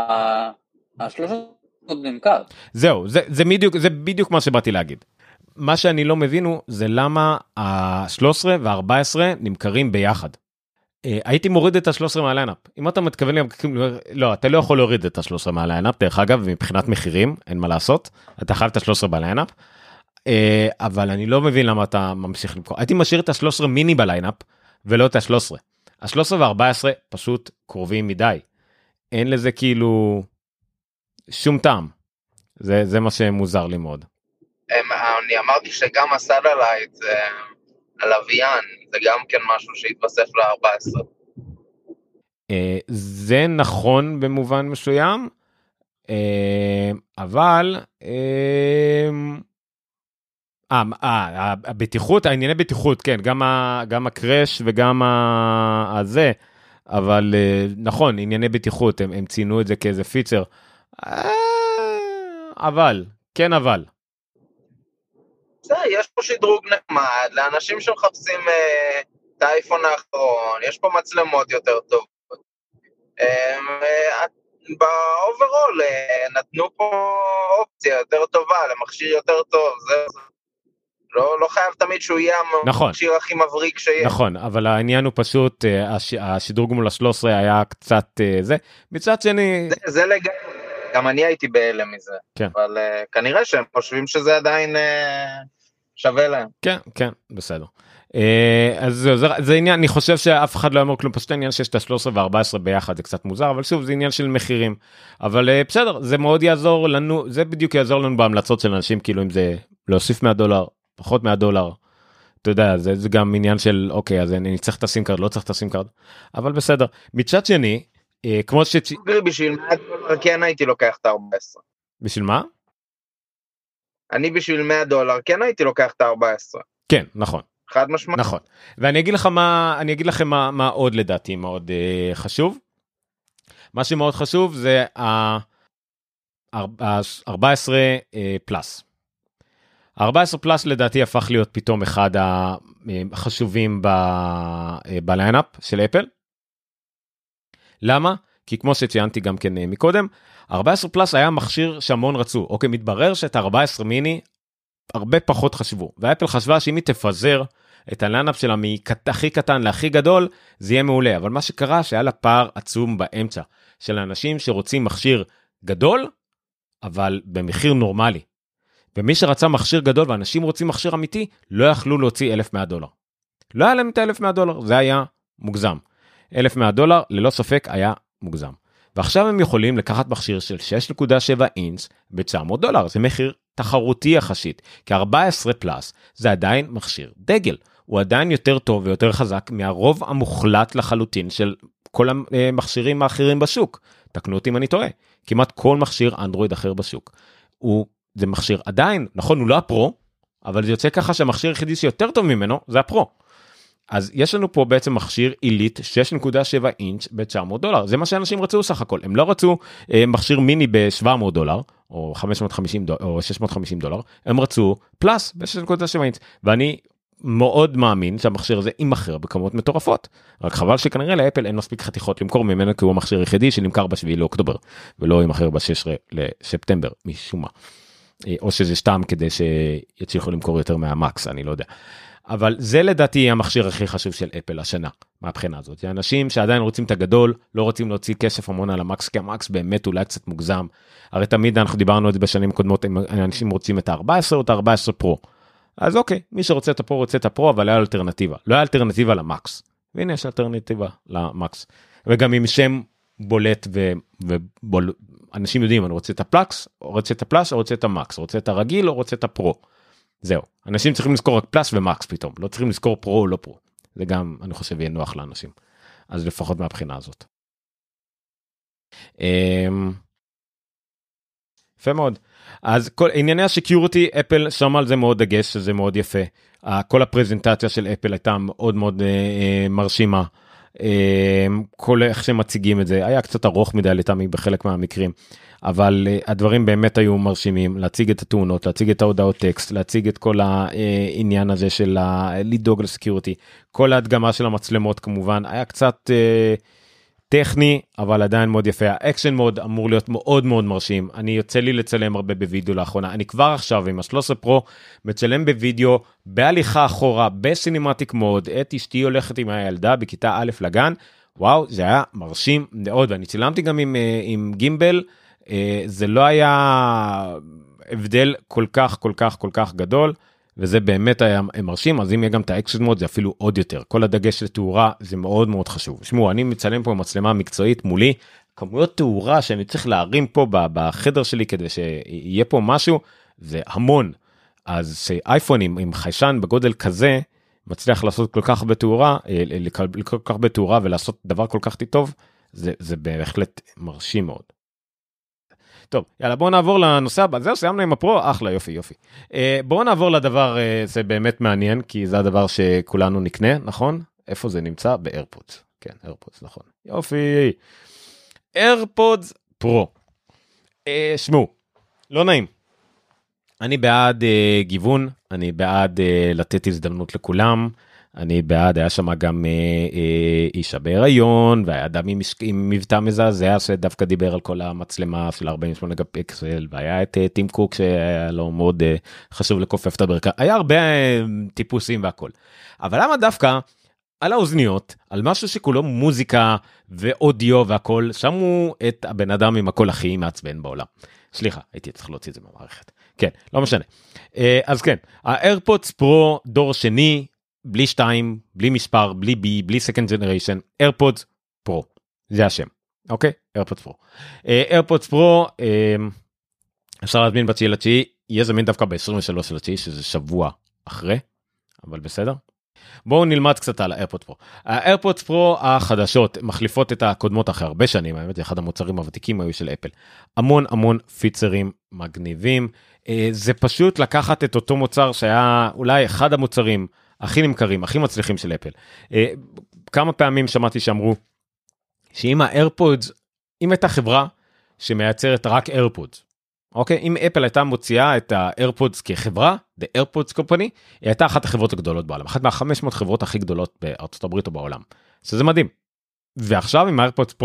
ה-שלוש עשרה עוד נמכר. זהו, זה, זה, בדיוק, זה בדיוק מה שבאתי להגיד. מה שאני לא מבין הוא, זה למה ה-שלוש עשרה וה-ארבע עשרה נמכרים ביחד. הייתי מוריד את ה-שלוש עשרה מהליינאפ. אם אתה מתכוון, לא, אתה לא יכול להוריד את ה-שלוש עשרה מהליינאפ, דרך אגב, מבחינת מחירים, אין מה לעשות, אתה חייב את ה-שלוש עשרה בליינאפ, אבל אני לא מבין למה אתה ממשיך למכור. הייתי משאיר את ה-שלוש עשרה מיני בליינאפ, ולא את ה-שלוש עשרה. ה-שלוש עשרה וה-ארבע עשרה פשוט קרובים מדי. אין לזה כאילו שום טעם. זה, זה מה שמוזר לי מאוד. אני אמרתי שגם הסלולייט, הלוויין, זה גם כן משהו שהתווסף ל-ארבע עשרה. זה נכון במובן מסוים, אבל הבטיחות, הענייני בטיחות, כן, גם הקרש וגם הזה, אבל נכון, ענייני בטיחות, הם ציינו את זה כאיזה פיצ'ר, אבל, כן אבל. יש פה שדרוג נחמד, לאנשים שמחפשים אה, את האייפון האחרון, יש פה מצלמות יותר טובות. אה, באוברול אה, נתנו פה אופציה יותר טובה, למכשיר יותר טוב, זה, זה. לא, לא חייב תמיד שהוא יהיה נכון. המכשיר הכי מבריק שיהיה. נכון, אבל העניין הוא פשוט, הש, השדרוג מול ה-שלוש עשרה היה קצת אה, זה, מצד שני... זה, זה לגמרי, גם אני הייתי בהלם מזה, כן. אבל אה, כנראה שהם חושבים שזה עדיין... אה, שווה להם. כן, כן, בסדר. אז זה, זה, זה עניין, אני חושב שאף אחד לא אמר כלום, פשוט העניין שיש את ה-שלוש עשרה וה-ארבע עשרה ביחד, זה קצת מוזר, אבל שוב, זה עניין של מחירים. אבל בסדר, זה מאוד יעזור לנו, זה בדיוק יעזור לנו בהמלצות של אנשים, כאילו אם זה להוסיף מאה דולר, פחות מאה דולר, אתה יודע, זה, זה גם עניין של, אוקיי, אז אני צריך את הסים קארד, לא צריך את הסים קארד, אבל בסדר. מצד שני, כמו ש... בשביל מאה דולר כן הייתי לוקח את ה-ארבע עשרה. בשביל מה? אני בשביל מאה דולר, כן הייתי לוקח את ה-ארבע עשרה. כן, נכון. חד משמעית. נכון. ואני אגיד לך מה, אני אגיד לכם מה, מה עוד לדעתי מאוד אה, חשוב. מה שמאוד חשוב זה ה-ארבע עשרה אה, פלאס. ה-ארבע עשרה פלאס לדעתי הפך להיות פתאום אחד החשובים ב, אה, בליינאפ של אפל. למה? כי כמו שציינתי גם כן מקודם, ארבע עשרה פלאס היה מכשיר שהמון רצו, אוקיי, מתברר שאת ארבע עשרה מיני הרבה פחות חשבו, ואפל חשבה שאם היא תפזר את הליינאפ שלה מהכי קטן להכי גדול, זה יהיה מעולה, אבל מה שקרה שהיה לה פער עצום באמצע, של אנשים שרוצים מכשיר גדול, אבל במחיר נורמלי, ומי שרצה מכשיר גדול ואנשים רוצים מכשיר אמיתי, לא יכלו להוציא אלף ומאה דולר. לא היה להם את אלף ומאה דולר, זה היה מוגזם. אלף ומאה דולר ללא ספק היה מוגזם. ועכשיו הם יכולים לקחת מכשיר של שש נקודה שבע אינץ' ב-תשע מאות דולר, זה מחיר תחרותי יחסית, כי ארבע עשרה פלאס זה עדיין מכשיר דגל, הוא עדיין יותר טוב ויותר חזק מהרוב המוחלט לחלוטין של כל המכשירים האחרים בשוק. תקנו אותי אם אני טועה, כמעט כל מכשיר אנדרואיד אחר בשוק. הוא, זה מכשיר עדיין, נכון, הוא לא הפרו, אבל זה יוצא ככה שהמכשיר היחידי שיותר טוב ממנו זה הפרו. אז יש לנו פה בעצם מכשיר עילית שש נקודה שבע אינץ' ב-תשע מאות דולר, זה מה שאנשים רצו סך הכל, הם לא רצו אה, מכשיר מיני ב-שבע מאות דולר, או חמש מאות וחמישים דולר, או שש מאות וחמישים דולר, הם רצו פלאס ב-שש נקודה שבע אינץ', ואני מאוד מאמין שהמכשיר הזה יימכר בכמות מטורפות, רק חבל שכנראה לאפל אין מספיק חתיכות למכור ממנו, כי הוא המכשיר היחידי שנמכר בשביעי לאוקטובר, ולא יימכר ב-שישה עשר לספטמבר, משום מה. או שזה סתם כדי שיצליחו למכור יותר מהמקס, אני לא יודע. אבל זה לדעתי המכשיר הכי חשוב של אפל השנה, מהבחינה הזאת. האנשים שעדיין רוצים את הגדול, לא רוצים להוציא כסף המון על המקס, כי המקס באמת אולי קצת מוגזם. הרי תמיד אנחנו דיברנו את זה בשנים קודמות, אם אנשים רוצים את ה-ארבע עשרה או את ה-ארבע עשרה פרו. אז אוקיי, מי שרוצה את הפרו רוצה את הפרו, אבל היה אלטרנטיבה. לא היה אלטרנטיבה למקס. והנה יש אלטרנטיבה למקס. וגם עם שם בולט ואנשים יודעים, אני רוצה את הפלאקס, או רוצה את הפלאס, או רוצה את המקס, רוצה את הרגיל, או רוצה את הפרו. זהו. אנשים צריכים לזכור רק פלאס ומקס פתאום. לא צריכים לזכור פרו או לא פרו. זה גם, אני חושב, יהיה נוח לאנשים. אז לפחות מהבחינה הזאת. יפה מאוד. אז כל ענייני הסקיוריטי, אפל שם על זה מאוד דגש, שזה מאוד יפה. כל הפרזנטציה של אפל הייתה מאוד מאוד מרשימה. כל איך שמציגים את זה, היה קצת ארוך מדי לטעמי בחלק מהמקרים, אבל הדברים באמת היו מרשימים, להציג את התאונות, להציג את ההודעות טקסט, להציג את כל העניין הזה של לדאוג לסקיוריטי, כל ההדגמה של המצלמות כמובן, היה קצת טכני, אבל עדיין מאוד יפה. האקשן מוד אמור להיות מאוד מאוד מרשים. אני יוצא לי לצלם הרבה בווידאו לאחרונה. אני כבר עכשיו עם ה-שלוש עשרה פרו מצלם בווידאו, בהליכה אחורה, בסינמטיק מוד, את אשתי הולכת עם הילדה בכיתה א' לגן. וואו, זה היה מרשים מאוד, ואני צילמתי גם עם, עם גימבל. זה לא היה הבדל כל כך, כל כך, כל כך גדול. וזה באמת היה מרשים, אז אם יהיה גם את האקשן מוד, זה אפילו עוד יותר. כל הדגש לתאורה, זה מאוד מאוד חשוב. שמעו, אני מצלם פה מצלמה מקצועית מולי, כמויות תאורה שאני צריך להרים פה בחדר שלי, כדי שיהיה פה משהו, זה המון. אז שאייפונים עם חיישן בגודל כזה, מצליח לעשות כל כך הרבה תאורה, כל כך הרבה תאורה, ולעשות דבר כל כך טוב, זה, זה בהחלט מרשים מאוד. טוב, יאללה, בואו נעבור לנושא הבא. זהו, סיימנו עם הפרו, אחלה, יופי, יופי. אה, בואו נעבור לדבר, אה, זה באמת מעניין, כי זה הדבר שכולנו נקנה, נכון? איפה זה נמצא? באיירפודס. כן, איירפודס, נכון. יופי. איירפודס פרו. אה, שמעו, לא נעים. אני בעד אה, גיוון, אני בעד אה, לתת הזדמנות לכולם, אני בעד, היה שם גם אה, אה, אישה בהיריון, והיה אדם עם, עם מבטא מזעזע, שדווקא דיבר על כל המצלמה של ארבעים ושמונה מגה פיקסל, והיה את אה, טים קוק שהיה לו מאוד אה, חשוב לקופף את הברקה, היה הרבה אה, טיפוסים והכל. אבל למה דווקא על האוזניות, על משהו שכולו מוזיקה ואודיו והכל, שמו את הבן אדם עם הקול הכי מעצבן בעולם. סליחה, הייתי צריך להוציא את זה מהמערכת. כן, לא משנה. אה, אז כן, האיירפודס פרו דור שני, בלי שתיים, בלי מספר, בלי בי, בלי second generation, AirPods Pro, זה השם, אוקיי? AirPods Pro. AirPods Pro, אפשר להזמין בתשיעי לתשיעי, יהיה זמין דווקא ב-עשרים ושלושה לתשיעי, שזה שבוע אחרי, אבל בסדר. בואו נלמד קצת על ה-AirPods Pro. ה-AirPods Pro החדשות מחליפות את הקודמות אחרי הרבה שנים, האמת, זה אחד המוצרים הוותיקים היו של אפל. המון המון פיצרים מגניבים, זה פשוט לקחת את אותו מוצר שהיה אולי אחד המוצרים, הכי נמכרים, הכי מצליחים של אפל. כמה פעמים שמעתי שאמרו, שאם האיירפודס, אם הייתה חברה שמייצרת רק איירפודס, אוקיי? אם אפל הייתה מוציאה את האיירפודס כחברה, The AirPods Company, היא הייתה אחת החברות הגדולות בעולם, אחת מה-חמש מאות חברות הכי גדולות בארצות הברית או בעולם. שזה מדהים. ועכשיו עם האיירפודס פרו,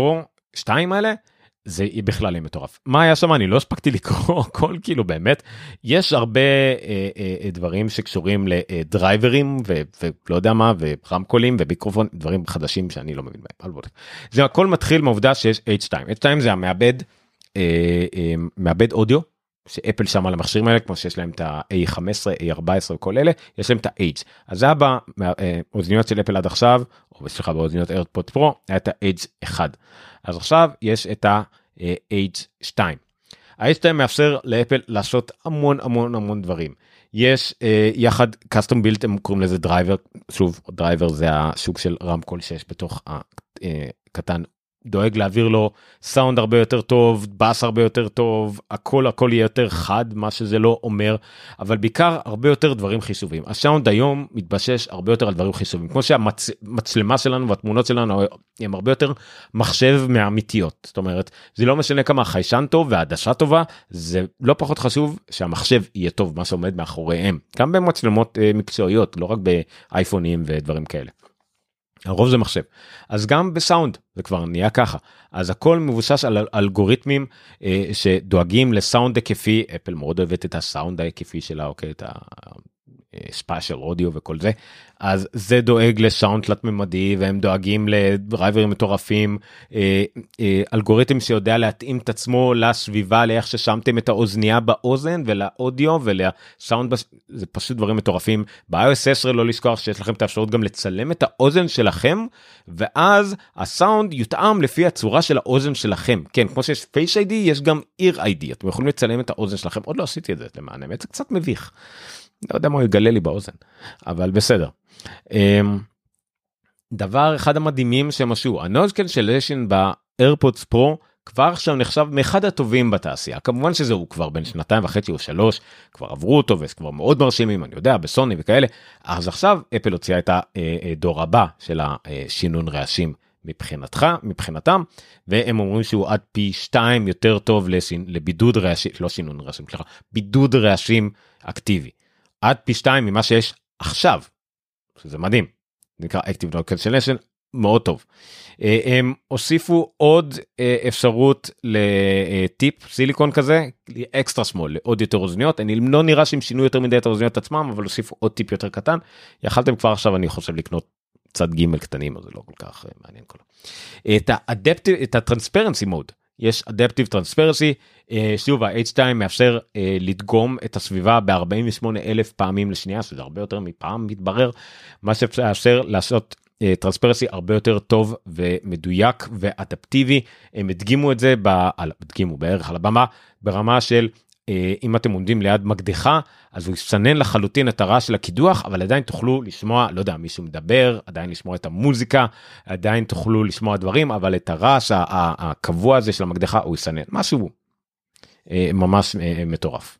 שתיים האלה, זה בכלל יהיה מטורף. מה היה שם? אני לא הספקתי לקרוא הכל, כאילו באמת, יש הרבה אה, אה, דברים שקשורים לדרייברים, ו- ולא יודע מה, ורמקולים, ומיקרופון, דברים חדשים שאני לא מבין בהם. זה הכל מתחיל מהעובדה שיש אייץ' שתיים. אייץ' שתיים זה המעבד, אה, אה, מעבד אודיו, שאפל שמה למכשירים האלה, כמו שיש להם את ה-איי חמש עשרה, איי ארבע עשרה וכל אלה, יש להם את ה-H. אז זה היה באוזניות של אפל עד עכשיו, או סליחה, באוזניות AirPods Pro, היה את ה-H אחד. אז עכשיו יש את ה-H שתיים. ה-H שתיים מאפשר לאפל לעשות המון המון המון דברים. יש אה, יחד custom build, הם קוראים לזה דרייבר, שוב, דרייבר זה השוק של רמקול שיש בתוך הקטן, דואג להעביר לו סאונד הרבה יותר טוב, בס הרבה יותר טוב, הכל הכל יהיה יותר חד, מה שזה לא אומר, אבל בעיקר הרבה יותר דברים חישובים. הסאונד היום מתבשש הרבה יותר על דברים חישובים, כמו שהמצלמה שלנו והתמונות שלנו הם הרבה יותר מחשב מהאמיתיות, זאת אומרת, זה לא משנה כמה חיישן טוב והעדשה טובה, זה לא פחות חשוב שהמחשב יהיה טוב, מה שעומד מאחוריהם, גם במצלמות מקצועיות, לא רק באייפונים ודברים כאלה. הרוב זה מחשב, אז גם בסאונד זה כבר נהיה ככה, אז הכל מבוסס על אלגוריתמים אה, שדואגים לסאונד היקפי, אפל מאוד אוהבת את הסאונד ההיקפי שלה, אוקיי, את הספיישל אודיו וכל זה, אז זה דואג לסאונד תלת ממדי, והם דואגים לדרייברים מטורפים, אה, אה, אלגוריתם שיודע להתאים את עצמו לסביבה, לאיך ששמתם את האוזנייה באוזן, ולאודיו ולסאונד, זה פשוט דברים מטורפים. ב-איי או אס עשר לא לשכוח שיש לכם את האפשרות גם לצלם את האוזן שלכם, ואז הסאונד יותאם לפי הצורה של האוזן שלכם. כן, כמו שיש Face איי די, יש גם Ear איי די, אתם יכולים לצלם את האוזן שלכם, עוד לא עשיתי את זה למען האמת, זה קצת מביך. לא יודע מה הוא יגלה לי באוזן, אבל בסדר. דבר אחד המדהימים שמשהו, ה-Noise Cancellation ב-AirPods Pro כבר עכשיו נחשב מאחד הטובים בתעשייה. כמובן שזה הוא כבר בין שנתיים וחצי או שלוש, כבר עברו אותו וזה כבר מאוד מרשימים, אני יודע, בסוני וכאלה. אז עכשיו אפל הוציאה את הדור הבא של השינון רעשים מבחינתך, מבחינתם, והם אומרים שהוא עד פי שתיים יותר טוב לבידוד רעשים, לא שינון רעשים, סליחה, בידוד רעשים אקטיבי. עד פי שתיים ממה שיש עכשיו, שזה מדהים, נקרא Active Noise Cancellation, מאוד טוב. הם הוסיפו עוד אפשרות לטיפ סיליקון כזה, אקסטרה שמאל, לעוד יותר אוזניות, אני לא נראה שהם שינו יותר מדי את האוזניות עצמם, אבל הוסיפו עוד טיפ יותר קטן, יכלתם כבר עכשיו אני חושב לקנות צד ג' קטנים, אז זה לא כל כך מעניין כל. את ה-Adaptive, את ה-Transparency Mode, יש Adaptive Transparency, שוב ה-H שתיים מאפשר לדגום את הסביבה ב-ארבעים ושמונה אלף פעמים לשנייה, שזה הרבה יותר מפעם מתברר, מה שאפשר לעשות Transparency הרבה יותר טוב ומדויק ואדפטיבי, הם הדגימו את זה, הדגימו בערך על הבמה, ברמה של אם אתם עומדים ליד מקדחה, אז הוא יסנן לחלוטין את הרעש של הקידוח, אבל עדיין תוכלו לשמוע, לא יודע, מישהו מדבר, עדיין לשמוע את המוזיקה, עדיין תוכלו לשמוע דברים, אבל את הרעש הקבוע הזה של המקדחה, הוא יסנן. משהו ממש מטורף.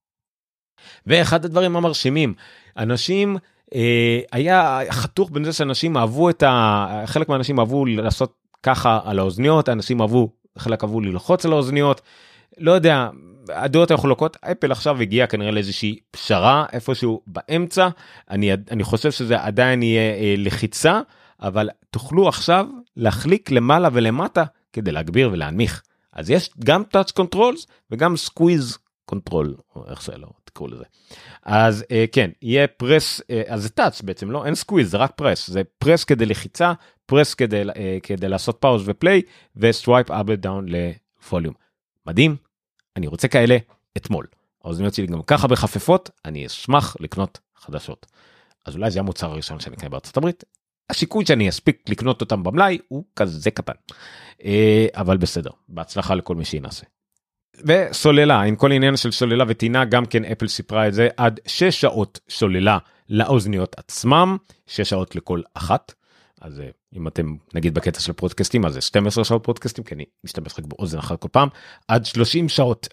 ואחד הדברים המרשימים, אנשים, היה חתוך בין זה שאנשים אהבו את ה... חלק מהאנשים אהבו לעשות ככה על האוזניות, האנשים אהבו, חלק אהבו ללחוץ על האוזניות, לא יודע, הדעות החולקות, אפל עכשיו הגיע כנראה לאיזושהי פשרה, איפשהו באמצע, אני, אני חושב שזה עדיין יהיה אה, לחיצה, אבל תוכלו עכשיו להחליק למעלה ולמטה, כדי להגביר ולהנמיך. אז יש גם touch controls, וגם squeeze control, או איך זה לא, תקראו לזה. אז אה, כן, יהיה press, אה, אז זה touch בעצם, לא, אין squeeze, זה רק press, זה press כדי לחיצה, press כדי, אה, כדי לעשות pause ו-play, ו-swipe up and down לווליום. מדהים. אני רוצה כאלה אתמול. האוזניות שלי גם ככה בחפפות, אני אשמח לקנות חדשות. אז אולי זה המוצר הראשון שאני אקנה בארצות הברית. השיקוי שאני אספיק לקנות אותם במלאי הוא כזה קטן. אבל בסדר, בהצלחה לכל מי שינסה. וסוללה, עם כל עניין של סוללה וטינה, גם כן אפל סיפרה את זה, עד שש שעות סוללה לאוזניות עצמם, שש שעות לכל אחת. אז אם אתם נגיד בקטע של הפודקאסטים, אז זה שתים עשרה שעות פודקאסטים, כי אני משתמש רק באוזן אחת כל פעם, עד שלושים שעות,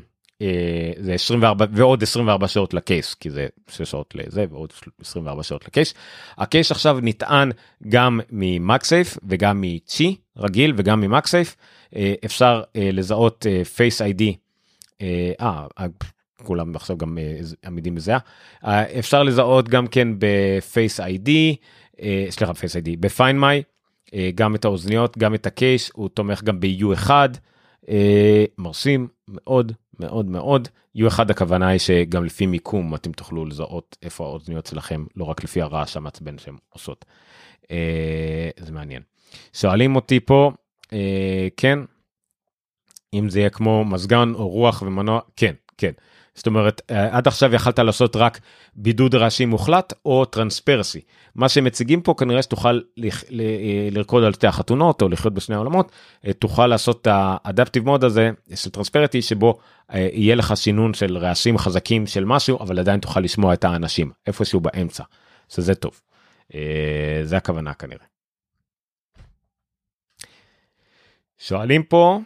זה עשרים וארבע, ועוד עשרים וארבע שעות לקייס, כי זה שש שעות לזה, ועוד עשרים וארבע שעות לקייס. הקייס עכשיו נטען גם ממקסייף, וגם מצ'י רגיל, וגם ממקסייף, אפשר לזהות פייס איי די, אה, כולם עכשיו גם עמידים בזה, אפשר לזהות גם כן בפייס איי די, סליחה, פייס איי די, בפיין מיי, גם את האוזניות, גם את הקייס, הוא תומך גם ב-יו אחד, מרשים מאוד מאוד מאוד. יו אחד הכוונה היא שגם לפי מיקום אתם תוכלו לזהות איפה האוזניות שלכם, לא רק לפי הרעש המעצבן שהן עושות. זה מעניין. שואלים אותי פה, כן, אם זה יהיה כמו מזגן או רוח ומנוע, כן, כן. זאת אומרת, עד עכשיו יכלת לעשות רק בידוד רעשי מוחלט או טרנספרסי. מה שמציגים פה כנראה שתוכל לרקוד על שתי החתונות או לחיות בשני העולמות, תוכל לעשות את האדפטיב מוד הזה של טרנספרסי, שבו יהיה לך שינון של רעשים חזקים של משהו, אבל עדיין תוכל לשמוע את האנשים, איפשהו באמצע. שזה טוב. זה הכוונה כנראה. שואלים פה,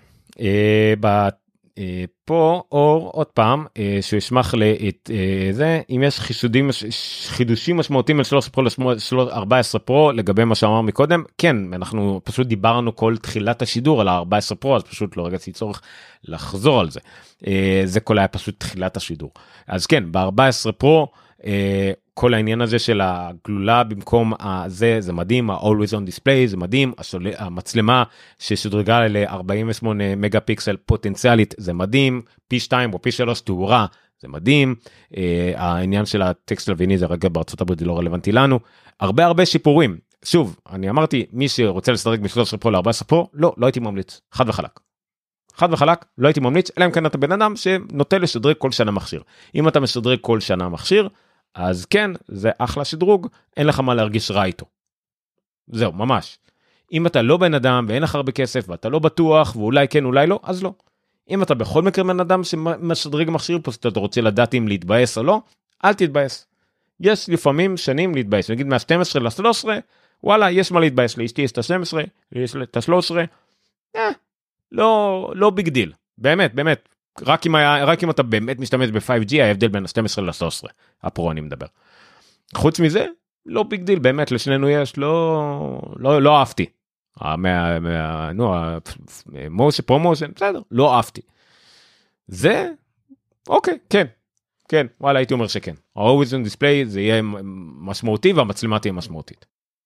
פה אור עוד פעם שהוא ישמח לזה, אם יש חישודים, חידושים משמעותיים על שלוש עשרה פרו ל-ארבע עשרה פרו לגבי מה שאמר מקודם. כן, אנחנו פשוט דיברנו כל תחילת השידור על ה-ארבע עשרה פרו, אז פשוט לא הרגשתי צורך לחזור על זה. זה כל היה פשוט תחילת השידור. אז כן, ב-ארבע עשרה פרו כל העניין הזה של הגלולה במקום הזה, זה מדהים, ה-Always on Display, זה מדהים, המצלמה ששודרגה ל-ארבעים ושמונה מגה פיקסל פוטנציאלית, זה מדהים, פי שתיים או פי שלוש תאורה, זה מדהים, העניין של הטקסט הלוויני, זה רגע בארצות הברית, זה לא רלוונטי לנו, הרבה הרבה שיפורים. שוב, אני אמרתי, מי שרוצה לסדרג מ-שלוש עשרה פרו ל-ארבע עשרה פרו, לא, לא הייתי ממליץ, חד וחלק. חד וחלק, לא הייתי ממליץ, אלא אם כן אתה בן אדם שנוטה לשדרג כל שנה מכשיר. אם אתה משדרג כל שנה מכשיר, אז כן, זה אחלה שדרוג, אין לך מה להרגיש רע איתו. זהו, ממש. אם אתה לא בן אדם ואין לך הרבה כסף, ואתה לא בטוח, ואולי כן, אולי לא, אז לא. אם אתה בכל מקרה בן אדם שמשדרג מכשיר פה, שאתה רוצה לדעת אם להתבאס או לא, אל תתבאס. יש לפעמים שנים להתבאס. נגיד מה-שתים עשרה ל-שלוש עשרה, וואלה, יש מה להתבאס. לאשתי יש את ה-שתים עשרה, יש את ה-שלוש עשרה, אה, לא, לא ביג דיל. באמת, באמת. רק אם, היה, רק אם אתה באמת משתמש ב-פייב ג'י, ההבדל בין ה-שתים עשרה ל-שלוש עשרה, הפרו אני מדבר. חוץ מזה, לא ביג דיל, באמת, לשנינו יש, לא, לא, לא אהבתי. מה, מה, נו, מושן, פרומושן, בסדר, לא אהבתי. זה, אוקיי, כן, כן, וואלה, הייתי אומר שכן. ה-Always on Display זה יהיה משמעותי, והמצלמה תהיה משמעותית.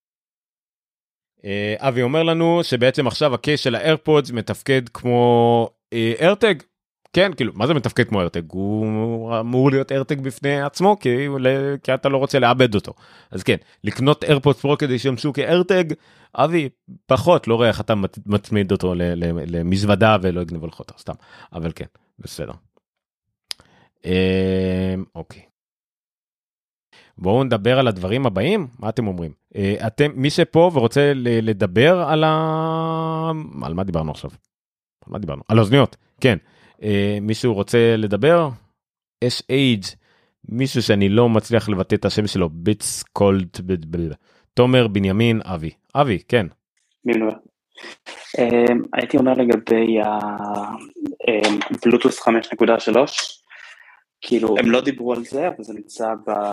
אבי אומר לנו שבעצם עכשיו הקייס של האיירפודס מתפקד כמו איירטג, כן, כאילו, מה זה מתפקד כמו איירטג? הוא אמור להיות איירטג בפני עצמו, כי, כי אתה לא רוצה לאבד אותו. אז כן, לקנות איירפודס פרו כדי שימשו כאיירטג, אבי, פחות, לא רואה איך אתה מצמיד אותו למזוודה ולא יגנבו לך אותה, סתם. אבל כן, בסדר. אוקיי. בואו נדבר על הדברים הבאים, מה אתם אומרים? אתם, מי שפה ורוצה לדבר על ה... על מה דיברנו עכשיו? על מה דיברנו? על האוזניות, כן. מישהו רוצה לדבר? יש אייג' מישהו שאני לא מצליח לבטא את השם שלו, ביטס קולד, תומר בנימין אבי. אבי, כן. הייתי אומר לגבי הבלוטוס חמש נקודה שלוש, כאילו הם לא דיברו על זה, אבל זה נמצא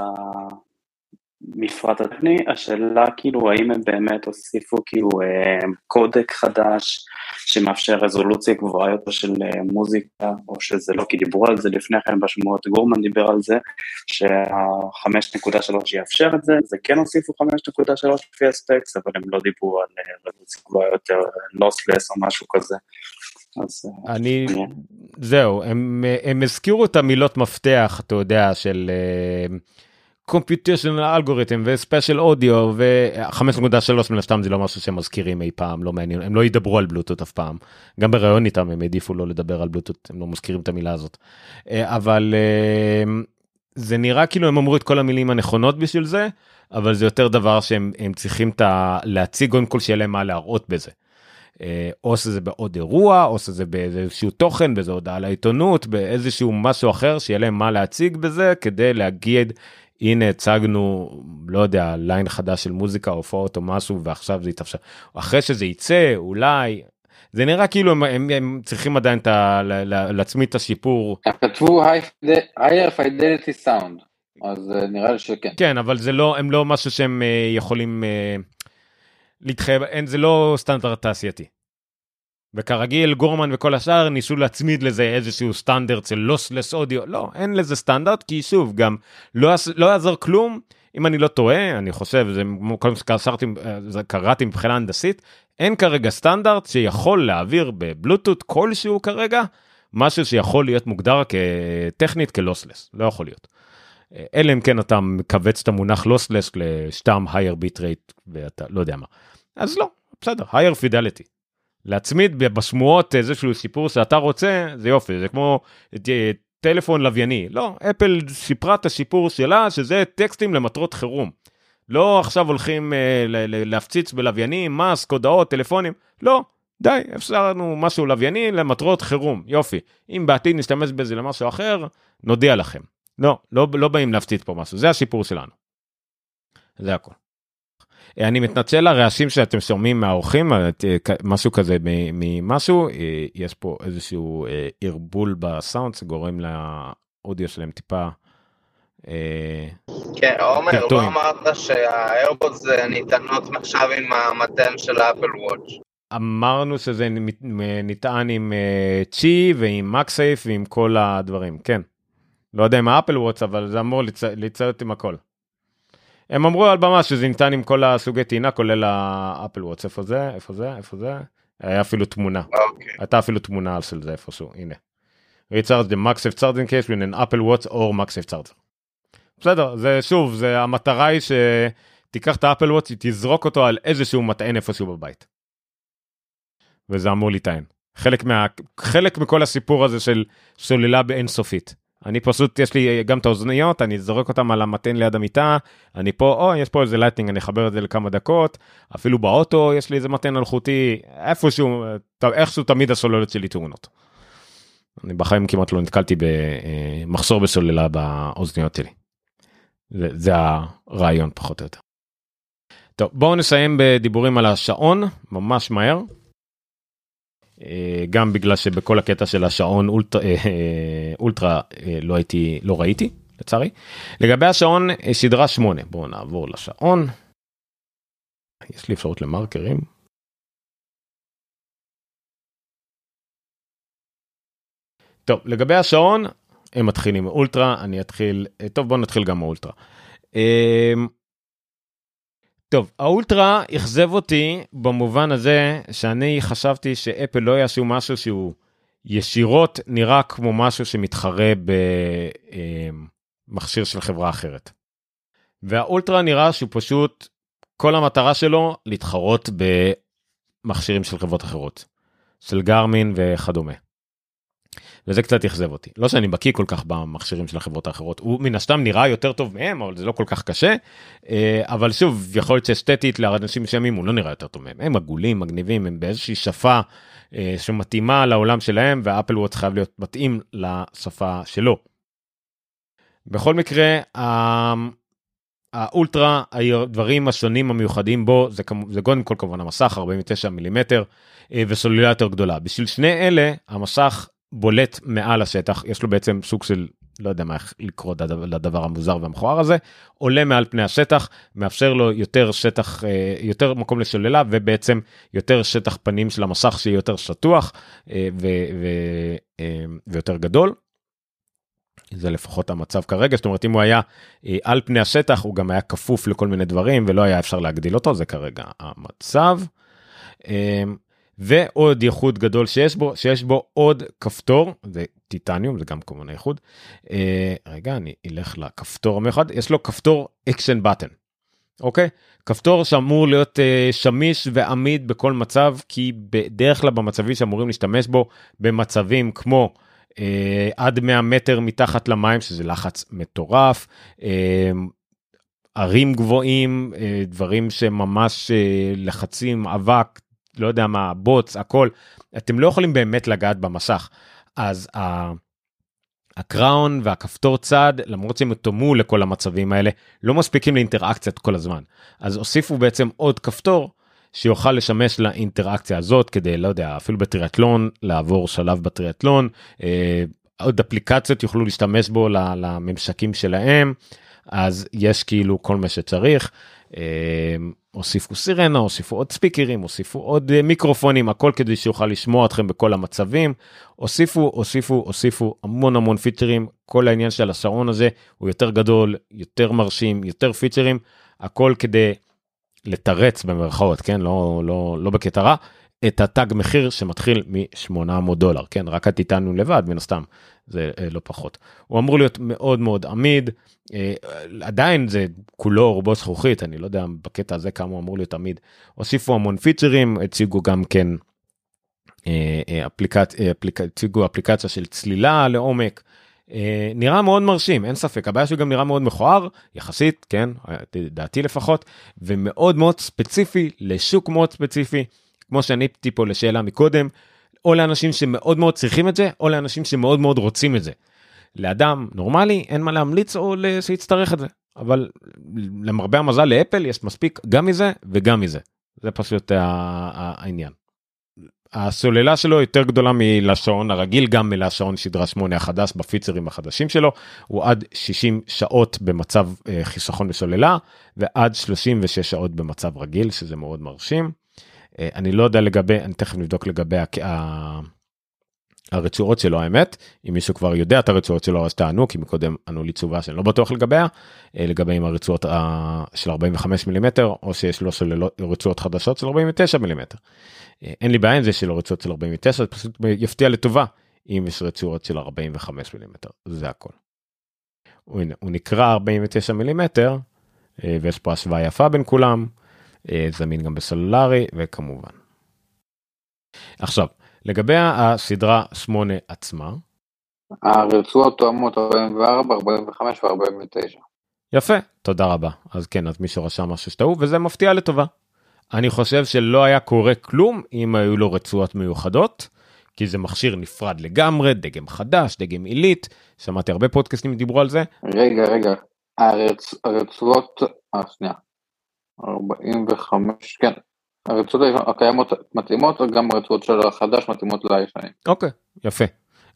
במפרט הטכני, השאלה כאילו האם הם באמת הוסיפו כאילו קודק חדש, שמאפשר רזולוציה גבוהה יותר של מוזיקה, או שזה לא, כי דיברו על זה לפני כן בשמועות, גורמן דיבר על זה, שה-חמש נקודה שלוש יאפשר את זה, זה כן הוסיפו חמש נקודה שלוש לפי הספקס, אבל הם לא דיברו על רזולוציה גבוהה יותר, לוסלס או משהו כזה. אז אני, זהו, הם, הם הזכירו את המילות מפתח, אתה יודע, של computational algorithm ו-special audio ו-חמש נקודה שלוש מן הסתם זה לא משהו שהם מזכירים אי פעם, לא מעניין, הם לא ידברו על בלוטות אף פעם, גם ברעיון איתם הם העדיפו לא לדבר על בלוטות, הם לא מזכירים את המילה הזאת, אבל זה נראה כאילו הם אמרו את כל המילים הנכונות בשביל זה, אבל זה יותר דבר שהם צריכים להציג קודם כל שיהיה להם מה להראות בזה. או שזה בעוד אירוע, או שזה באיזשהו תוכן, באיזו הודעה לעיתונות, באיזשהו משהו אחר, שיהיה להם מה להציג בזה, כדי להגיד, הנה הצגנו, לא יודע, ליין חדש של מוזיקה, הופעות או משהו, ועכשיו זה יתאפשר. אחרי שזה יצא, אולי, זה נראה כאילו הם, הם, הם צריכים עדיין ת, לה, לה, להצמיד את השיפור. כתבו higher fidelity sound, אז נראה לי שכן. כן, אבל זה לא, הם לא משהו שהם יכולים... להתחייב, אין, זה לא סטנדרט תעשייתי. וכרגיל, גורמן וכל השאר ניסו להצמיד לזה איזשהו סטנדרט של לוסלס אודיו, לא, אין לזה סטנדרט, כי שוב, גם לא, לא יעזור כלום, אם אני לא טועה, אני חושב, זה קודם קראתי מבחינה הנדסית, אין כרגע סטנדרט שיכול להעביר בבלוטות כלשהו כרגע, משהו שיכול להיות מוגדר כטכנית כלוסלס, לא יכול להיות. אלא אם כן אתה מקבץ את המונח לוסלס לשתם higher bit rate, ואתה לא יודע מה. אז לא, בסדר, higher fidelity. להצמיד בשמועות איזשהו סיפור שאתה רוצה, זה יופי, זה כמו טלפון לווייני. לא, אפל שיפרה את השיפור שלה, שזה טקסטים למטרות חירום. לא עכשיו הולכים אה, להפציץ בלוויינים, מסק, הודעות, טלפונים. לא, די, אפשר לנו משהו לווייני למטרות חירום. יופי. אם בעתיד נשתמש בזה למשהו אחר, נודיע לכם. לא, לא, לא באים להפציץ פה משהו. זה השיפור שלנו. זה הכל. אני מתנצל לרעשים שאתם שומעים מהאורחים, משהו כזה ממשהו, יש פה איזשהו ערבול בסאונד, שגורם לאודיו שלהם טיפה... כן, עומר, לא אמרת שהאיירפודס ניתנות עכשיו עם המתן של האפל וואץ'. אמרנו שזה ניתן עם צ'י ועם מקסייף ועם כל הדברים, כן. לא יודע עם האפל וואץ', אבל זה אמור להצטרף עם הכל. הם אמרו על במה שזה ניתן עם כל הסוגי טעינה, כולל האפל וואץ', איפה זה, איפה זה, איפה זה, היה אפילו תמונה, okay. הייתה אפילו תמונה של זה איפשהו, הנה. Recharge the MagSafe charging case with an Apple Watch or MagSafe charger. בסדר, זה שוב, זה המטרה היא שתיקח את האפל וואץ', תזרוק אותו על איזשהו מטען איפשהו בבית. וזה אמור להיטען. חלק מה, חלק מכל הסיפור הזה של סוללה באינסופית. אני פשוט, יש לי גם את האוזניות, אני זורק אותם על המתן ליד המיטה, אני פה, או, יש פה איזה לייטנינג, אני אחבר את זה לכמה דקות, אפילו באוטו יש לי איזה מתן אלחוטי, איפשהו, איכשהו תמיד הסוללות שלי תאונות. אני בחיים כמעט לא נתקלתי במחסור בסוללה באוזניות שלי. זה, זה הרעיון פחות או יותר. טוב, בואו נסיים בדיבורים על השעון, ממש מהר. גם בגלל שבכל הקטע של השעון אולטרה, אולטרה לא הייתי, לא ראיתי, לצערי. לגבי השעון, סדרה שמונה. בואו נעבור לשעון. יש לי אפשרות למרקרים. טוב, לגבי השעון, הם מתחילים אולטרה, אני אתחיל, טוב בואו נתחיל גם מאולטרה. טוב, האולטרה אכזב אותי במובן הזה שאני חשבתי שאפל לא יעשו משהו שהוא ישירות נראה כמו משהו שמתחרה במכשיר של חברה אחרת. והאולטרה נראה שהוא פשוט, כל המטרה שלו להתחרות במכשירים של חברות אחרות, של גרמין וכדומה. וזה קצת יחזב אותי. לא שאני בקיא כל כך במכשירים של החברות האחרות, הוא מן הסתם נראה יותר טוב מהם, אבל זה לא כל כך קשה, אבל שוב, יכול להיות שאסתטית לאנשים מסוימים, הוא לא נראה יותר טוב מהם. הם עגולים, מגניבים, הם באיזושהי שפה שמתאימה לעולם שלהם, והאפל וואץ' חייב להיות מתאים לשפה שלו. בכל מקרה, האולטרה, הדברים השונים המיוחדים בו, זה, זה קודם כל כמובן המסך, ארבעים ותשע מילימטר, וסוללה יותר גדולה. בשביל שני אלה, המסך בולט מעל השטח, יש לו בעצם סוג של, לא יודע מה איך לקרוא לדבר המוזר והמכוער הזה, עולה מעל פני השטח, מאפשר לו יותר שטח, יותר מקום לשוללה, ובעצם יותר שטח פנים של המסך שיהיה יותר שטוח, ו, ו, ויותר גדול. זה לפחות המצב כרגע, זאת אומרת, אם הוא היה על פני השטח, הוא גם היה כפוף לכל מיני דברים, ולא היה אפשר להגדיל אותו, זה כרגע המצב. ועוד ייחוד גדול שיש בו, שיש בו עוד כפתור, זה טיטניום, זה גם כמובן ייחוד. רגע, אני אלך לכפתור המיוחד, יש לו כפתור אקשן בטן, אוקיי? כפתור שאמור להיות שמיש ועמיד בכל מצב, כי בדרך כלל במצבים שאמורים להשתמש בו, במצבים כמו עד מאה מטר מתחת למים, שזה לחץ מטורף, ערים גבוהים, דברים שממש לחצים, אבק, לא יודע מה, בוץ, הכל, אתם לא יכולים באמת לגעת במסך. אז הקראון והכפתור צד, למרות שהם תומו לכל המצבים האלה, לא מספיקים לאינטראקציית כל הזמן. אז הוסיפו בעצם עוד כפתור, שיוכל לשמש לאינטראקציה הזאת, כדי, לא יודע, אפילו בטריאטלון, לעבור שלב בטריאטלון, עוד אפליקציות יוכלו להשתמש בו לממשקים שלהם, אז יש כאילו כל מה שצריך, הוסיפו סירנה, הוסיפו עוד ספיקרים, הוסיפו עוד מיקרופונים, הכל כדי שיוכל לשמוע אתכם בכל המצבים, הוסיפו, הוסיפו, הוסיפו המון המון פיצ'רים, כל העניין של השעון הזה הוא יותר גדול, יותר מרשים, יותר פיצ'רים, הכל כדי לתרץ במרכאות, כן, לא, לא, לא בקטע רע, את התג מחיר שמתחיל מ-שמונה מאות דולר, כן, רק הטיטניום לבד, מן הסתם, זה לא פחות. הוא אמור להיות מאוד מאוד עמיד, עדיין זה כולו רובו זכוכית, אני לא יודע בקטע הזה כמה הוא אמור להיות עמיד. הוסיפו המון פיצ'רים, הציגו גם כן, אפליקצ... אפליק... הציגו אפליקציה של צלילה לעומק, נראה מאוד מרשים, אין ספק, הבעיה שהוא גם נראה מאוד מכוער, יחסית, כן, דעתי לפחות, ומאוד מאוד ספציפי, לשוק מאוד ספציפי, כמו שעניתי פה לשאלה מקודם, או לאנשים שמאוד מאוד צריכים את זה, או לאנשים שמאוד מאוד רוצים את זה. לאדם נורמלי, אין מה להמליץ או שיצטרך את זה. אבל למרבה המזל לאפל, יש מספיק גם מזה וגם מזה. זה פשוט העניין. הסוללה שלו יותר גדולה מלשעון הרגיל, גם מלשעון שדרה שמונה החדש, בפיצרים החדשים שלו. הוא עד שישים שעות במצב חיסכון בסוללה, ועד שלושים ושש שעות במצב רגיל, שזה מאוד מרשים. אני לא יודע לגבי, אני תכף נבדוק לגבי הרצועות שלו, האמת, אם מישהו כבר יודע את הרצועות שלו, אז תענו, כי מקודם ענו לי תשובה שאני לא בטוח לגביה, לגבי עם הרצועות של ארבעים וחמישה מילימטר, או שיש לו רצועות חדשות של ארבעים ותשעה מילימטר. אין לי בעיה עם זה שלו רצועות של ארבעים ותשע, זה פשוט יפתיע לטובה, אם יש רצועות של ארבעים וחמישה מילימטר, זה הכל. הוא, הוא נקרא ארבעים ותשעה מילימטר, ויש פה השוואה יפה בין כולם, זמין גם בסלולרי, וכמובן. עכשיו, לגבי הסדרה שמונה עצמה. הרצועות תואמות ארבעים וארבע, ארבעים וחמש ו-ארבעים ותשע. יפה, תודה רבה. אז כן, אז מישהו רשם משהו שטעו, וזה מפתיע לטובה. אני חושב שלא היה קורה כלום אם היו לו רצועות מיוחדות, כי זה מכשיר נפרד לגמרי, דגם חדש, דגם עילית, שמעתי הרבה פודקאסטים דיברו על זה. רגע, רגע, הרצ... הרצועות, אה, שנייה. ארבעים וחמש, כן, הרצועות הקיימות מתאימות, וגם הרצועות של החדש מתאימות לישנים. אוקיי, יפה.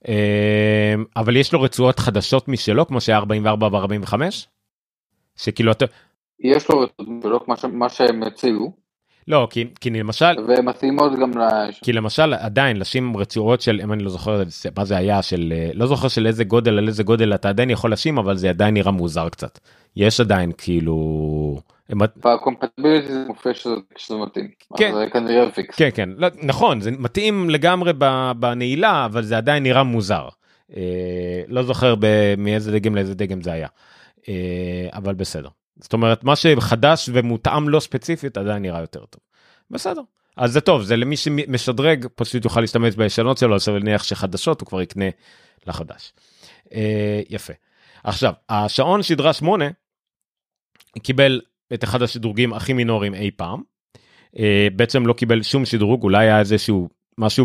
אבל יש לו רצועות חדשות משלו, כמו שהיה ארבעים וארבע ו-ארבעים וחמש? שכאילו אתה... יש לו רצועות משלו, מה שהם הציעו. לא, כי, כי למשל... ומתאימות גם לישנים. כי למשל, עדיין, לשים רצועות של, אם אני לא זוכר מה זה היה, של, לא זוכר של איזה גודל, על איזה גודל אתה עדיין יכול לשים, אבל זה עדיין נראה מוזר קצת. יש עדיין כאילו... והקומפטיביליטי זה מופיע שזה מתאים, כן, זה כנראה פיקס. כן, כן, לא, נכון, זה מתאים לגמרי בנעילה, אבל זה עדיין נראה מוזר. אה, לא זוכר מאיזה דגם לאיזה דגם זה היה, אה, אבל בסדר. זאת אומרת, מה שחדש ומותאם לא ספציפית, עדיין נראה יותר טוב. בסדר. אז זה טוב, זה למי שמשדרג, פשוט יוכל להשתמש בישנות שלו, אז נניח שחדשות, הוא כבר יקנה לחדש. אה, יפה. עכשיו, השעון שדרה שמונה, קיבל את אחד השדרוגים הכי מינוריים אי פעם, בעצם לא קיבל שום שדרוג, אולי היה איזשהו משהו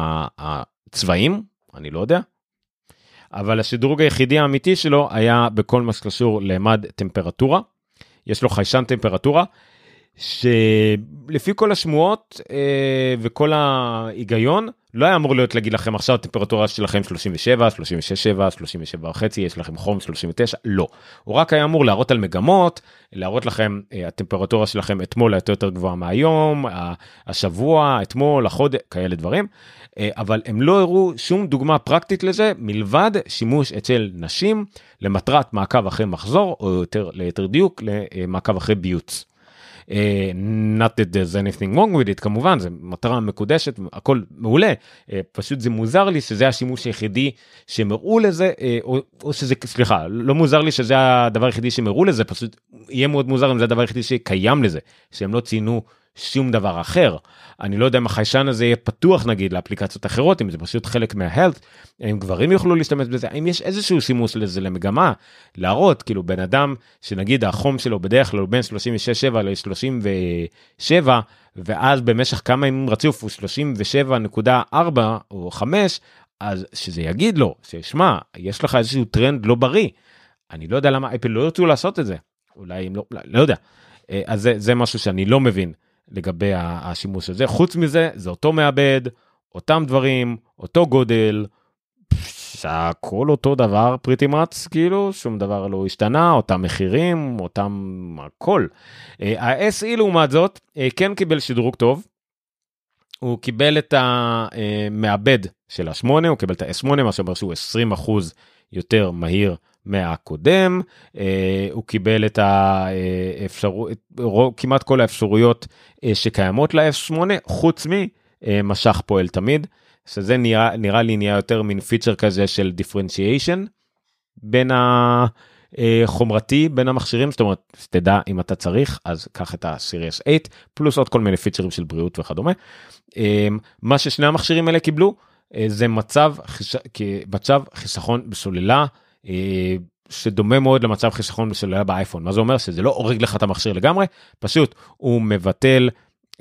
בצבעים, אני לא יודע, אבל השדרוג היחידי האמיתי שלו היה בכל מה שקשור למד טמפרטורה, יש לו חיישן טמפרטורה, שלפי כל השמועות וכל ההיגיון, לא היה אמור להיות להגיד לכם עכשיו הטמפרטורה שלכם שלושים ושבע, שלושים ושש נקודה שבע, שלושים ושבע וחצי, יש לכם חום שלושים ותשע, לא. הוא רק היה אמור להראות על מגמות, להראות לכם הטמפרטורה שלכם אתמול הייתה יותר גבוהה מהיום, השבוע, אתמול, החודש, כאלה דברים, אבל הם לא הראו שום דוגמה פרקטית לזה, מלבד שימוש אצל נשים, למטרת מעקב אחרי מחזור, או יותר ליתר דיוק, למעקב אחרי ביוץ. not that there's anything wrong with it, כמובן, זה מטרה מקודשת, הכל מעולה, פשוט זה מוזר לי שזה השימוש היחידי שמראו לזה, או, או שזה, סליחה, לא מוזר לי שזה הדבר היחידי שמראו לזה, פשוט יהיה מאוד מוזר אם זה הדבר היחידי שקיים לזה, שהם לא ציינו שום דבר אחר. אני לא יודע אם החיישן הזה יהיה פתוח נגיד לאפליקציות אחרות, אם זה פשוט חלק מה-health, אם גברים יוכלו להשתמש בזה, אם יש איזשהו שימוש לזה למגמה, להראות, כאילו בן אדם שנגיד החום שלו בדרך כלל בין שלושים ושש נקודה שבע ל-שלושים ושבע, ואז במשך כמה ימים רצוף הוא שלושים ושבע נקודה ארבע או חמש, אז שזה יגיד לו, ששמע, יש לך איזשהו טרנד לא בריא, אני לא יודע למה אפל לא ירצו לעשות את זה, אולי אם לא, לא יודע, אז זה, זה משהו שאני לא מבין, לגבי השימוש הזה. חוץ מזה, זה אותו מעבד, אותם דברים, אותו גודל, שהכל אותו דבר פריטי מאץ, כאילו שום דבר לא השתנה, אותם מחירים, אותם הכל. ה-אס אי לעומת זאת כן קיבל שדרוג טוב, הוא קיבל את המעבד של ה-שמונה, הוא קיבל את ה-אס שמונה, מה שאומר שהוא עשרים אחוז יותר מהיר מהקודם, הוא קיבל את האפשרות, כמעט כל האפשרויות שקיימות ל-אס שמונה, חוץ ממשך פועל תמיד, שזה נראה, נראה לי נהיה יותר מין פיצ'ר כזה של differentiation, בין החומרתי, בין המכשירים, זאת אומרת, שתדע אם אתה צריך, אז קח את ה-Series שמונה, פלוס עוד כל מיני פיצ'רים של בריאות וכדומה. מה ששני המכשירים האלה קיבלו, זה מצב, מצב חיסכון בסוללה, שדומה מאוד למצב חיסכון בסוללה באייפון. מה זה אומר? שזה לא הורג לך את המכשיר לגמרי, פשוט הוא מבטל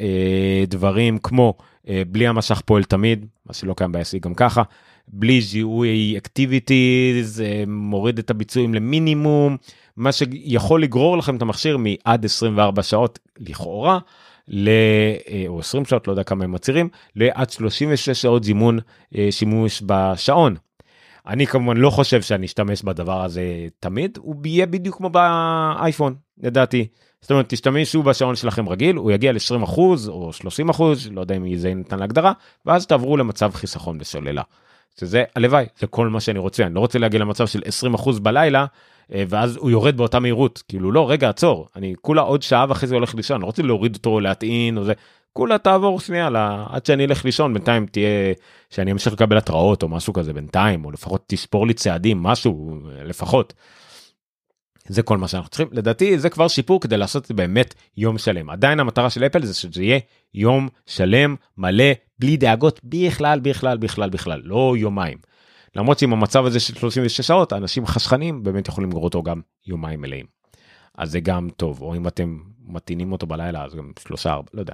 דברים כמו בלי המשך פועל תמיד, מה שלא קיים ב-אס אי גם ככה, בלי זיהוי אקטיביטיז, מוריד את הביצועים למינימום, מה שיכול לגרור לכם את המכשיר מעד עשרים וארבע שעות לכאורה, ל... או עשרים שעות, לא יודע כמה הם מצירים, לעד שלושים ושש שעות זימון שימוש בשעון. אני כמובן לא חושב שאני אשתמש בדבר הזה תמיד, הוא יהיה בדיוק כמו באייפון, לדעתי. זאת אומרת, תשתמשו בשעון שלכם רגיל, הוא יגיע ל-עשרים אחוז או שלושים אחוז, לא יודע אם זה ניתן להגדרה, ואז תעברו למצב חיסכון בסוללה. שזה הלוואי, זה כל מה שאני רוצה. אני לא רוצה להגיע למצב של עשרים אחוז בלילה, ואז הוא יורד באותה מהירות. כאילו, לא, רגע, עצור. אני כולה עוד שעה ואחרי זה הולך לישון, אני לא רוצה להוריד אותו, להטעין, או זה. כולה תעבור שנייה, לה, עד שאני אלך לישון, בינתיים תהיה, שאני אמשיך לקבל התראות, או משהו כזה בינתיים, או לפחות תספור לי צעדים, משהו, לפחות. זה כל מה שאנחנו צריכים. לדעתי, זה כבר שיפור כדי לעשות את זה באמת יום שלם. עדיין המטרה של אפל זה שזה יהיה יום שלם, מלא, בלי דאגות, בכלל, בכלל, בכלל, בכלל, לא יומיים. למרות שעם המצב הזה של שלושים ושש שעות, אנשים חשכנים באמת יכולים לגרור אותו גם יומיים מלאים. אז זה גם טוב, או אם אתם מתאינים אותו בלילה, אז גם שלושה, ארבע, לא יודע.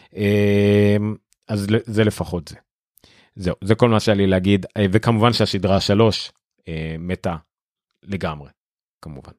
אז זה לפחות זה. זהו, זה כל מה שהיה לי להגיד, וכמובן שהשדרה שלוש מתה לגמרי, כמובן.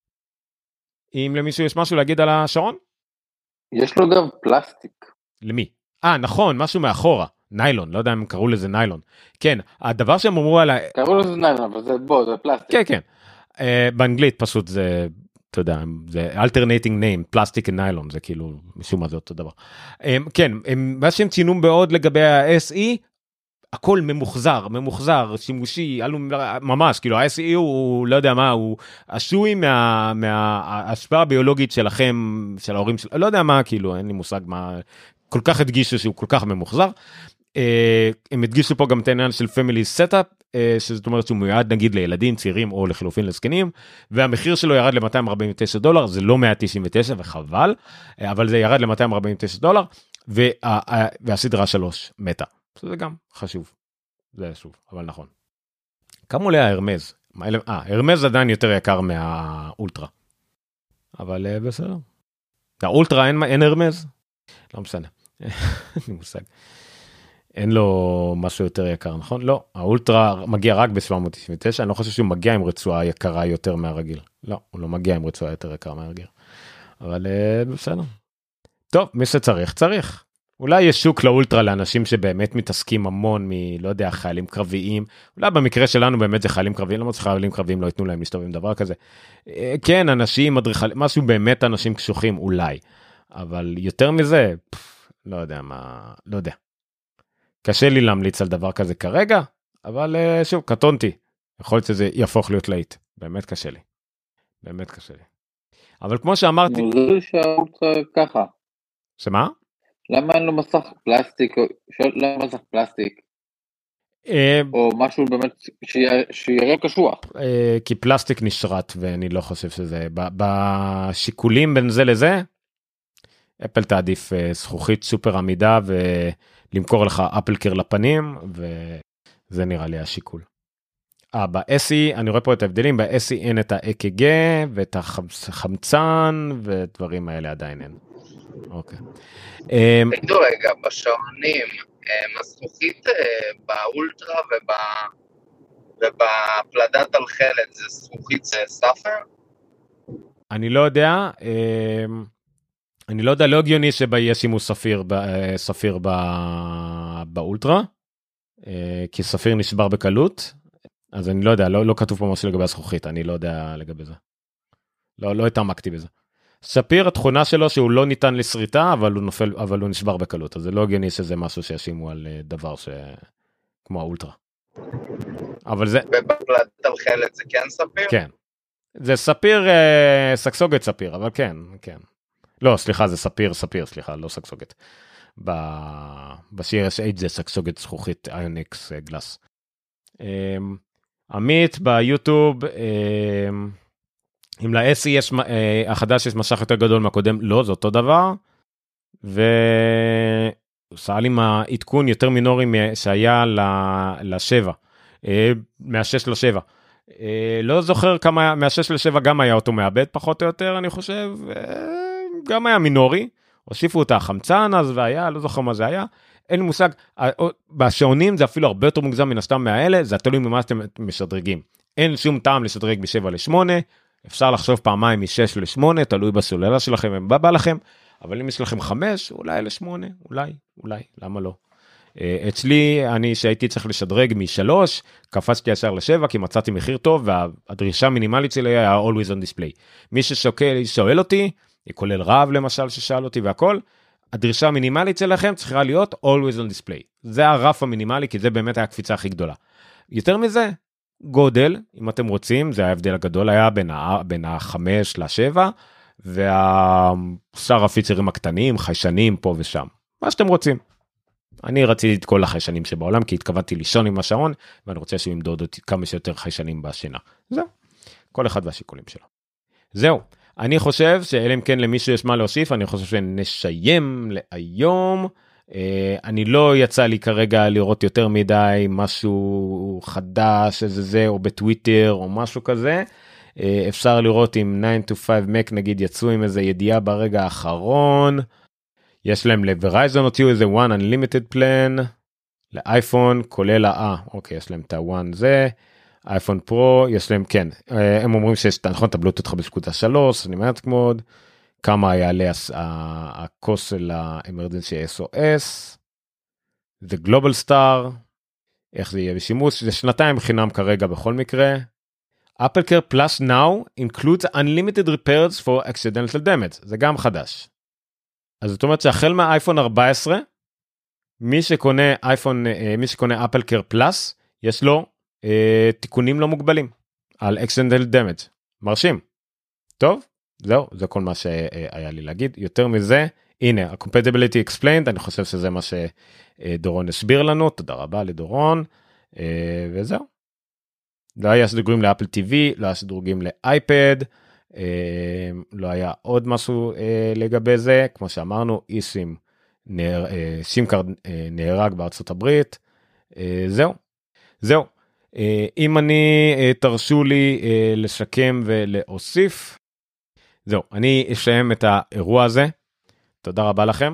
אם למישהו יש משהו להגיד על השעון? יש לו גם פלסטיק. למי? אה, נכון, משהו מאחורה. ניילון, לא יודע אם קראו לזה ניילון. כן, הדבר שהם אמרו על ה... קראו לזה ניילון, אבל זה בוא, זה פלסטיק. כן, כן. Uh, באנגלית פשוט זה, אתה יודע, זה alternating name, פלסטיק וניילון, זה כאילו, משום מה זה אותו דבר. Um, כן, um, מה שהם ציינו מאוד לגבי ה-אס אי, הכל ממוחזר, ממוחזר, שימושי, אלו, ממש, כאילו ה-אס אי הוא, לא יודע מה, הוא עשוי מה, מההשפעה הביולוגית שלכם, של ההורים של, לא יודע מה, כאילו, אין לי מושג מה, כל כך הדגישו שהוא כל כך ממוחזר. הם הדגישו פה גם את העניין של family setup, שזאת אומרת שהוא מיועד נגיד לילדים צעירים או לחילופין לזקנים, והמחיר שלו ירד ל-מאתיים ארבעים ותשע דולר, זה לא מאה תשעים ותשע וחבל, אבל זה ירד ל-מאתיים ארבעים ותשע דולר, וה, והסדרה שלוש מתה. זה גם חשוב, זה שוב, אבל נכון. כמה עולה ההרמז? אה, הרמז עדיין יותר יקר מהאולטרה, אבל בסדר. האולטרה אין, אין הרמז? לא משנה, אין לי מושג. אין לו משהו יותר יקר, נכון? לא, האולטרה מגיע רק ב-שבע מאות תשעים ותשע, אני לא חושב שהוא מגיע עם רצועה יקרה יותר מהרגיל. לא, הוא לא מגיע עם רצועה יותר יקרה מהרגיל. אבל בסדר. טוב, מי שצריך, צריך. אולי יש שוק לאולטרה לאנשים שבאמת מתעסקים המון מ, לא יודע, חיילים קרביים. אולי במקרה שלנו באמת זה חיילים קרביים, למרות שחיילים קרביים לא ייתנו להם להשתובב עם דבר כזה. כן, אנשים, מדריכלים, משהו באמת אנשים קשוחים, אולי. אבל יותר מזה, פף, לא יודע מה, לא יודע. קשה לי להמליץ על דבר כזה כרגע, אבל שוב, קטונתי. יכול להיות שזה יהפוך להיות להיט. באמת קשה לי. באמת קשה לי. אבל כמו שאמרתי... מוזר שהאולטרה ככה. שמה? למה אין לו מסך פלסטיק, למה מסך פלסטיק? או משהו באמת שיראה קשוח. כי פלסטיק נשרט, ואני לא חושב שזה... בשיקולים בין זה לזה, אפל תעדיף זכוכית סופר עמידה, ולמכור לך אפלקר לפנים, וזה נראה לי השיקול. אה, ב-אס אי, אני רואה פה את ההבדלים, ב-אס אי אין את ה-אי קי ג'י, ואת החמצן, ודברים האלה עדיין אין. אוקיי. תגידו רגע, בשעונים, הזכוכית באולטרה ובפלדת תלחלת, זה זכוכית ספר? אני לא יודע, אני לא יודע, לא הגיוני שבה יהיה שימוש ספיר, ספיר באולטרה, כי ספיר נשבר בקלות, אז אני לא יודע, לא, לא כתוב פה משהו לגבי הזכוכית, אני לא יודע לגבי זה. לא, לא התעמקתי בזה. ספיר, התכונה שלו שהוא לא ניתן לסריטה, אבל הוא נופל, אבל הוא נשבר בקלות, אז זה לא הגיוני שזה משהו שישימו על דבר ש... כמו האולטרה. אבל זה... ובקלט תלחלת זה כן ספיר? כן. זה ספיר, אה, סקסוגת ספיר, אבל כן, כן. לא, סליחה, זה ספיר, ספיר, סליחה, לא סקסוגת. ב... ב-סי אס אייץ' זה סקסוגת זכוכית איוניקס גלאס. אה, עמית ביוטיוב, אה, אם ל-אס אי יש, אה, החדש יש משך יותר גדול מהקודם, לא, זה אותו דבר, ועושה לי מה עדכון יותר מינורי שהיה ל-שבע, אה, מה-שש ל-שבע. אה, לא זוכר כמה, מה-שש ל-שבע גם היה אותו מאבד פחות או יותר, אני חושב, אה, גם היה מינורי, הוסיפו אותה החמצן אז והיה, לא זוכר מה זה היה, אין לי מושג, בשעונים זה אפילו הרבה יותר מוגזם מן הסתם מהאלה, זה תלוי ממה שאתם משדרגים. אין שום טעם לשדרג מ-שבע ל-שמונה, אפשר לחשוב פעמיים מ-שש ל-שמונה, תלוי בסוללה שלכם, אם בא בא לכם, אבל אם יש לכם חמש, אולי ל-שמונה, אולי, אולי, למה לא? אצלי, אני שהייתי צריך לשדרג מ-שלוש, קפצתי ישר ל-שבע, כי מצאתי מחיר טוב, והדרישה המינימלית שלי היה always on display. מי ששוקל, שואל אותי, כולל רב למשל ששאל אותי והכל, הדרישה המינימלית שלכם צריכה להיות always on display. זה הרף המינימלי, כי זה באמת היה הקפיצה הכי גדולה. יותר מזה, גודל, אם אתם רוצים, זה ההבדל הגדול היה בין, ה- בין החמש לשבע, והשאר הפיצרים הקטנים, חיישנים פה ושם. מה שאתם רוצים. אני רציתי את כל החיישנים שבעולם, כי התכוונתי לישון עם השעון, ואני רוצה שהוא ימדוד אותי כמה שיותר חיישנים בשינה. זהו. כל אחד והשיקולים שלו. זהו. אני חושב שאלה אם כן למישהו יש מה להוסיף, אני חושב שנשיים להיום. אני לא יצא לי כרגע לראות יותר מדי משהו חדש, איזה זה, או בטוויטר, או משהו כזה. אפשר לראות אם nine to five Mac נגיד יצאו עם איזה ידיעה ברגע האחרון. יש להם לוורייזון הוציאו איזה one unlimited plan, לאייפון כולל ה... אוקיי, יש להם את ה-one זה, אייפון פרו, יש להם, כן, הם אומרים שיש, נכון, את הבלוטות חמש נקודה שלוש, אני מעט מאוד, כמה יעלה הקוס של האמרג'נסי אס או אס, זה גלובל סטאר, איך זה יהיה בשימוש, זה שנתיים חינם כרגע בכל מקרה, Apple Care Plus now includes unlimited repairs for accidental damage, זה גם חדש. אז זאת אומרת שהחל מהאייפון ארבע עשרה, מי שקונה אייפון, מי שקונה Apple Care Plus, יש לו אה, תיקונים לא מוגבלים על accidental damage. מרשים. טוב, זהו, זה כל מה שהיה לי להגיד. יותר מזה, הנה, ה-compatibility explained, אני חושב שזה מה שדורון הסביר לנו, תודה רבה לדורון, אה, וזהו. לא היה שדרוגים לאפל טי וי, לא היה שדרוגים לאייפד, אה, לא היה עוד משהו אה, לגבי זה, כמו שאמרנו, איסים, נהר, אה, סימקארד אה, נהרג בארצות הברית, אה, זהו, זהו. אה, אם אני, אה, תרשו לי אה, לשקם ולהוסיף, זהו, אני אשיים את האירוע הזה, תודה רבה לכם.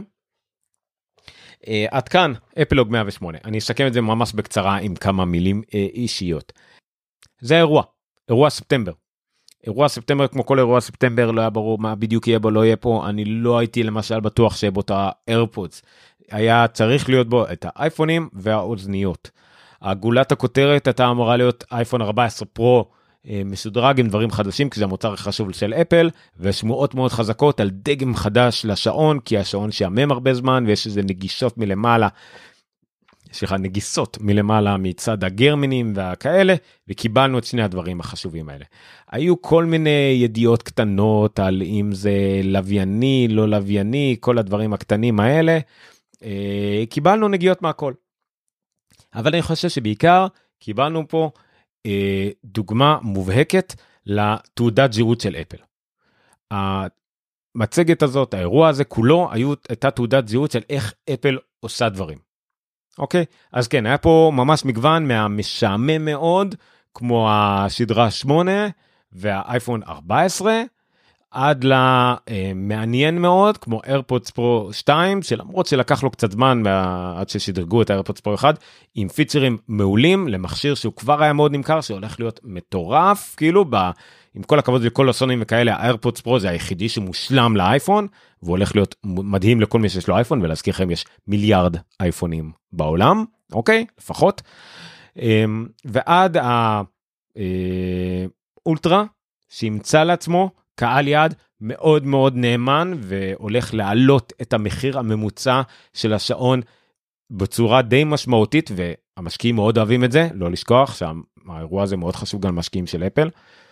אה, עד כאן, אפלוג מאה ושמונה, אני אשקם את זה ממש בקצרה עם כמה מילים אה, אישיות. זה אירוע, אירוע ספטמבר. אירוע ספטמבר, כמו כל אירוע ספטמבר, לא היה ברור מה בדיוק יהיה בו, לא יהיה פה. אני לא הייתי למשל בטוח שיהיה בו את האיירפודס. היה צריך להיות בו את האייפונים והאוזניות. הגולת הכותרת הייתה אמורה להיות אייפון ארבע עשרה פרו משודרג עם דברים חדשים, כי זה המוצר החשוב של אפל, ושמועות מאוד חזקות על דגם חדש לשעון, כי השעון שעמם הרבה זמן, ויש איזה נגישות מלמעלה, סליחה, נגיסות מלמעלה מצד הגרמנים והכאלה, וקיבלנו את שני הדברים החשובים האלה. היו כל מיני ידיעות קטנות על אם זה לווייני, לא לווייני, כל הדברים הקטנים האלה, אה, קיבלנו נגיעות מהכל. אבל אני חושב שבעיקר קיבלנו פה אה, דוגמה מובהקת לתעודת זהות של אפל. המצגת הזאת, האירוע הזה כולו, היו, הייתה תעודת זהות של איך אפל עושה דברים. אוקיי, אז כן, היה פה ממש מגוון מהמשעמם מאוד, כמו השדרה שמונה והאייפון ארבע עשרה, עד למעניין מאוד, כמו AirPods Pro שתיים, שלמרות שלקח לו קצת זמן עד ששדרגו את ה-AirPods Pro אחד, עם פיצ'רים מעולים למכשיר שהוא כבר היה מאוד נמכר, שהולך להיות מטורף, כאילו, ב, עם כל הכבוד לכל הסונים וכאלה, ה-AirPods Pro זה היחידי שמושלם לאייפון, והוא הולך להיות מדהים לכל מי שיש לו אייפון, ולהזכירכם יש מיליארד אייפונים בעולם, אוקיי? לפחות. ועד האולטרה, שימצא לעצמו קהל יעד מאוד מאוד נאמן, והולך להעלות את המחיר הממוצע של השעון בצורה די משמעותית, והמשקיעים מאוד אוהבים את זה, לא לשכוח שהאירוע הזה מאוד חשוב גם למשקיעים של אפל.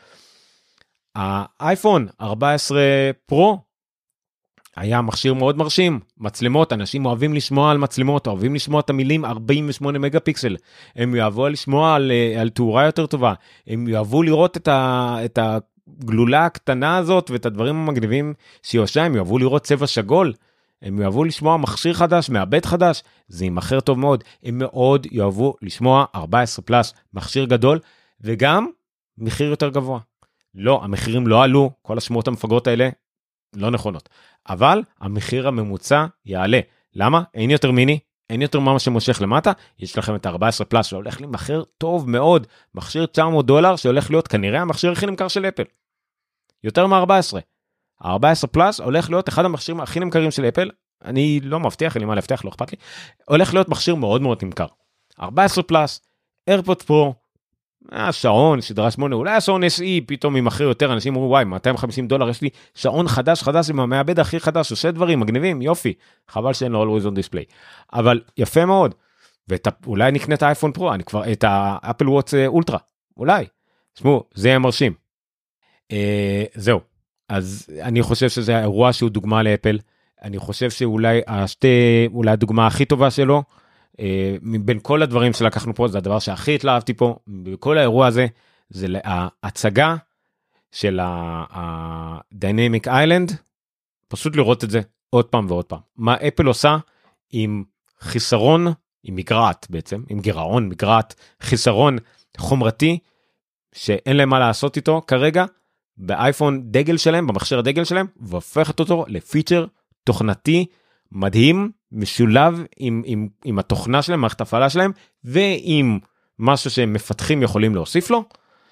האייפון ארבע עשרה פרו היה מכשיר מאוד מרשים, מצלמות, אנשים אוהבים לשמוע על מצלמות, אוהבים לשמוע את המילים ארבעים ושמונה מגה פיקסל, הם יאהבו לשמוע על, על תאורה יותר טובה, הם יאהבו לראות את, ה, את הגלולה הקטנה הזאת, ואת הדברים המגניבים שהיא עושה, הם יאהבו לראות צבע שגול, הם יאהבו לשמוע מכשיר חדש, מעבד חדש, זה ימחר טוב מאוד, הם מאוד יאהבו לשמוע ארבע עשרה פלאס, מכשיר גדול, וגם מחיר יותר גבוה. לא, המחירים לא עלו, כל השמועות המפגרות האלה לא נכונות, אבל המחיר הממוצע יעלה. למה? אין יותר מיני, אין יותר מה שמושך למטה, יש לכם את ארבע עשרה פלאס שהולך למחיר טוב מאוד, מכשיר תשע מאות דולר שהולך להיות כנראה המכשיר הכי נמכר של אפל. יותר מ-ארבע עשרה. ה-ארבע עשרה פלאס הולך להיות אחד המכשירים הכי נמכרים של אפל, אני לא מבטיח, אין לי מה להבטיח, לא אכפת לי, הולך להיות מכשיר מאוד מאוד נמכר. ארבע עשרה פלאס, AirPods Pro, השעון, סדרה שמונה, אולי השעון אס אי, פתאום ימחיר יותר, אנשים אומרים, וואי, מאתיים וחמישים דולר, יש לי שעון חדש חדש, עם המעבד הכי חדש, עושה דברים מגניבים, יופי, חבל שאין לו always on display, אבל יפה מאוד, ואולי נקנה את האייפון פרו, אני כבר, את האפל וואץ אולטרה, אולי, תשמעו, זה יהיה מרשים. אה, זהו, אז אני חושב שזה האירוע שהוא דוגמה לאפל, אני חושב שאולי השתי, אולי הדוגמה הכי טובה שלו, מבין כל הדברים שלקחנו פה, זה הדבר שהכי התלהבתי פה, בכל האירוע הזה, זה ההצגה של ה-Dynamic Island, פשוט לראות את זה עוד פעם ועוד פעם. מה אפל עושה עם חיסרון, עם מגרעת בעצם, עם גירעון, מגרעת, חיסרון חומרתי, שאין להם מה לעשות איתו כרגע, באייפון דגל שלהם, במכשיר הדגל שלהם, והופכת אותו לפיצ'ר תוכנתי מדהים, משולב עם, עם, עם התוכנה שלהם, מערכת הפעלה שלהם, ועם משהו שהם מפתחים יכולים להוסיף לו,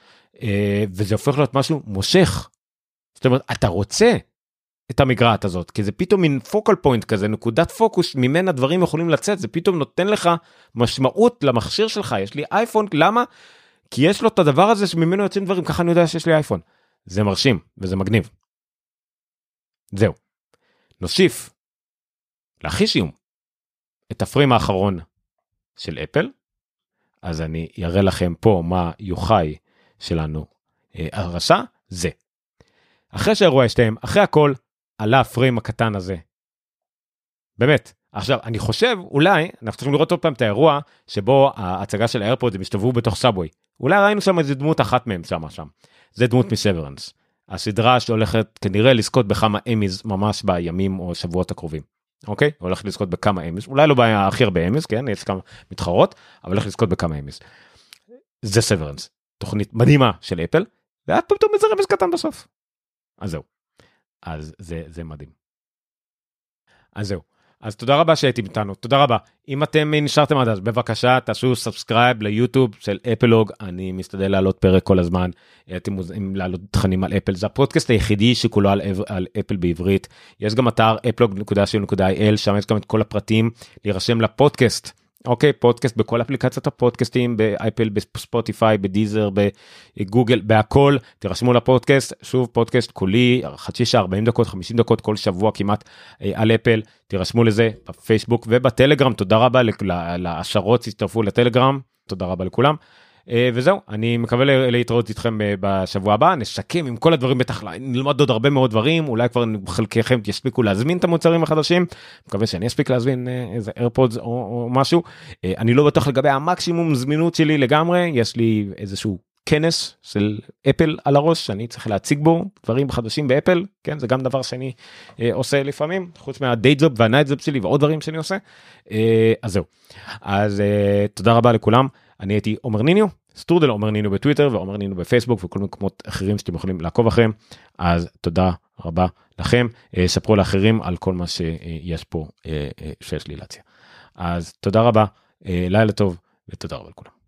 וזה הופך להיות משהו מושך. זאת אומרת, אתה רוצה את המגרעת הזאת, כי זה פתאום מין פוקל פוינט כזה, נקודת פוקוס, ממנה דברים יכולים לצאת, זה פתאום נותן לך משמעות למכשיר שלך, יש לי אייפון, למה? כי יש לו את הדבר הזה שממנו יוצאים דברים, ככה אני יודע שיש לי אייפון. זה מרשים, וזה מגניב. זהו. נוסיף, להכי שיום, את הפריים האחרון של אפל, אז אני אראה לכם פה מה יוחאי שלנו הרשע, זה. אחרי שהאירוע ישתיים, אחרי הכל, עלה הפריים הקטן הזה. באמת. עכשיו, אני חושב, אולי, אנחנו צריכים לראות עוד פעם את האירוע, שבו ההצגה של האיירפודס הם השתובבו בתוך סאבווי. אולי ראינו שם איזו דמות אחת מהם שם, שם. זה דמות מסוורנס. הסדרה שהולכת כנראה לזכות בכמה אמיז ממש בימים או שבועות הקרובים. אוקיי? הולכת לזכות בכמה אמיז. אולי לא בעיה הכי הרבה אמיז, כן? יש כמה מתחרות, אבל הולכת לזכות בכמה אמיז. זה סוורנס. תוכנית מדהימה של אפל, ואת פתאום איזה רמז קטן בסוף. אז זהו. אז זה, זה מדהים. אז זהו. אז תודה רבה שהייתם איתנו, תודה רבה. אם אתם נשארתם עד אז, בבקשה, תעשו סאבסקרייב ליוטיוב של אפלוג, אני משתדל לעלות פרק כל הזמן, אתם מוזמנים לעלות תכנים על אפל, זה הפודקאסט היחידי שכולו על, על אפל בעברית, יש גם אתר אפלוג נקודה סי או נקודה איי אל, שם יש גם את כל הפרטים, להירשם לפודקאסט, אוקיי, פודקאסט בכל אפליקציות הפודקאסטים, באפל, בספוטיפיי, בדיזר, בגוגל, בהכל, תירשמו לפודקאסט, שוב פודקאסט קולי, חצי שעה, ארבעים דקות, חמישים דקות, כל שבוע כמעט על אפל, תירשמו לזה בפייסבוק ובטלגרם, תודה רבה להשארות שהצטרפו לטלגרם, תודה רבה לכולם, וזהו, אני מקווה להתראות איתכם בשבוע הבא, נשקם עם כל הדברים, בטח נלמד עוד הרבה מאוד דברים, אולי כבר חלקכם תספיקו להזמין את המוצרים החדשים, מקווה שאני אספיק להזמין איזה AirPods או, או משהו, אני לא בטוח לגבי המקסימום זמינות שלי לגמרי, יש לי איזשהו כנס של אפל על הראש, שאני צריך להציג בו דברים חדשים באפל, כן, זה גם דבר שאני אה, עושה לפעמים, חוץ מהדיי ג'וב והנייט ג'וב שלי ועוד דברים שאני עושה, אה, אז זהו, אז אה, תודה רבה לכולם, אני הייתי עומר ניניו, סטרודל עומר ניניו בטוויטר ועומר ניניו בפייסבוק וכל מקומות אחרים שאתם יכולים לעקוב אחריהם, אז תודה רבה לכם, אה, ספרו לאחרים על כל מה שיש פה אה, אה, שיש לי להציע, אז תודה רבה, אה, לילה טוב ותודה רבה לכולם.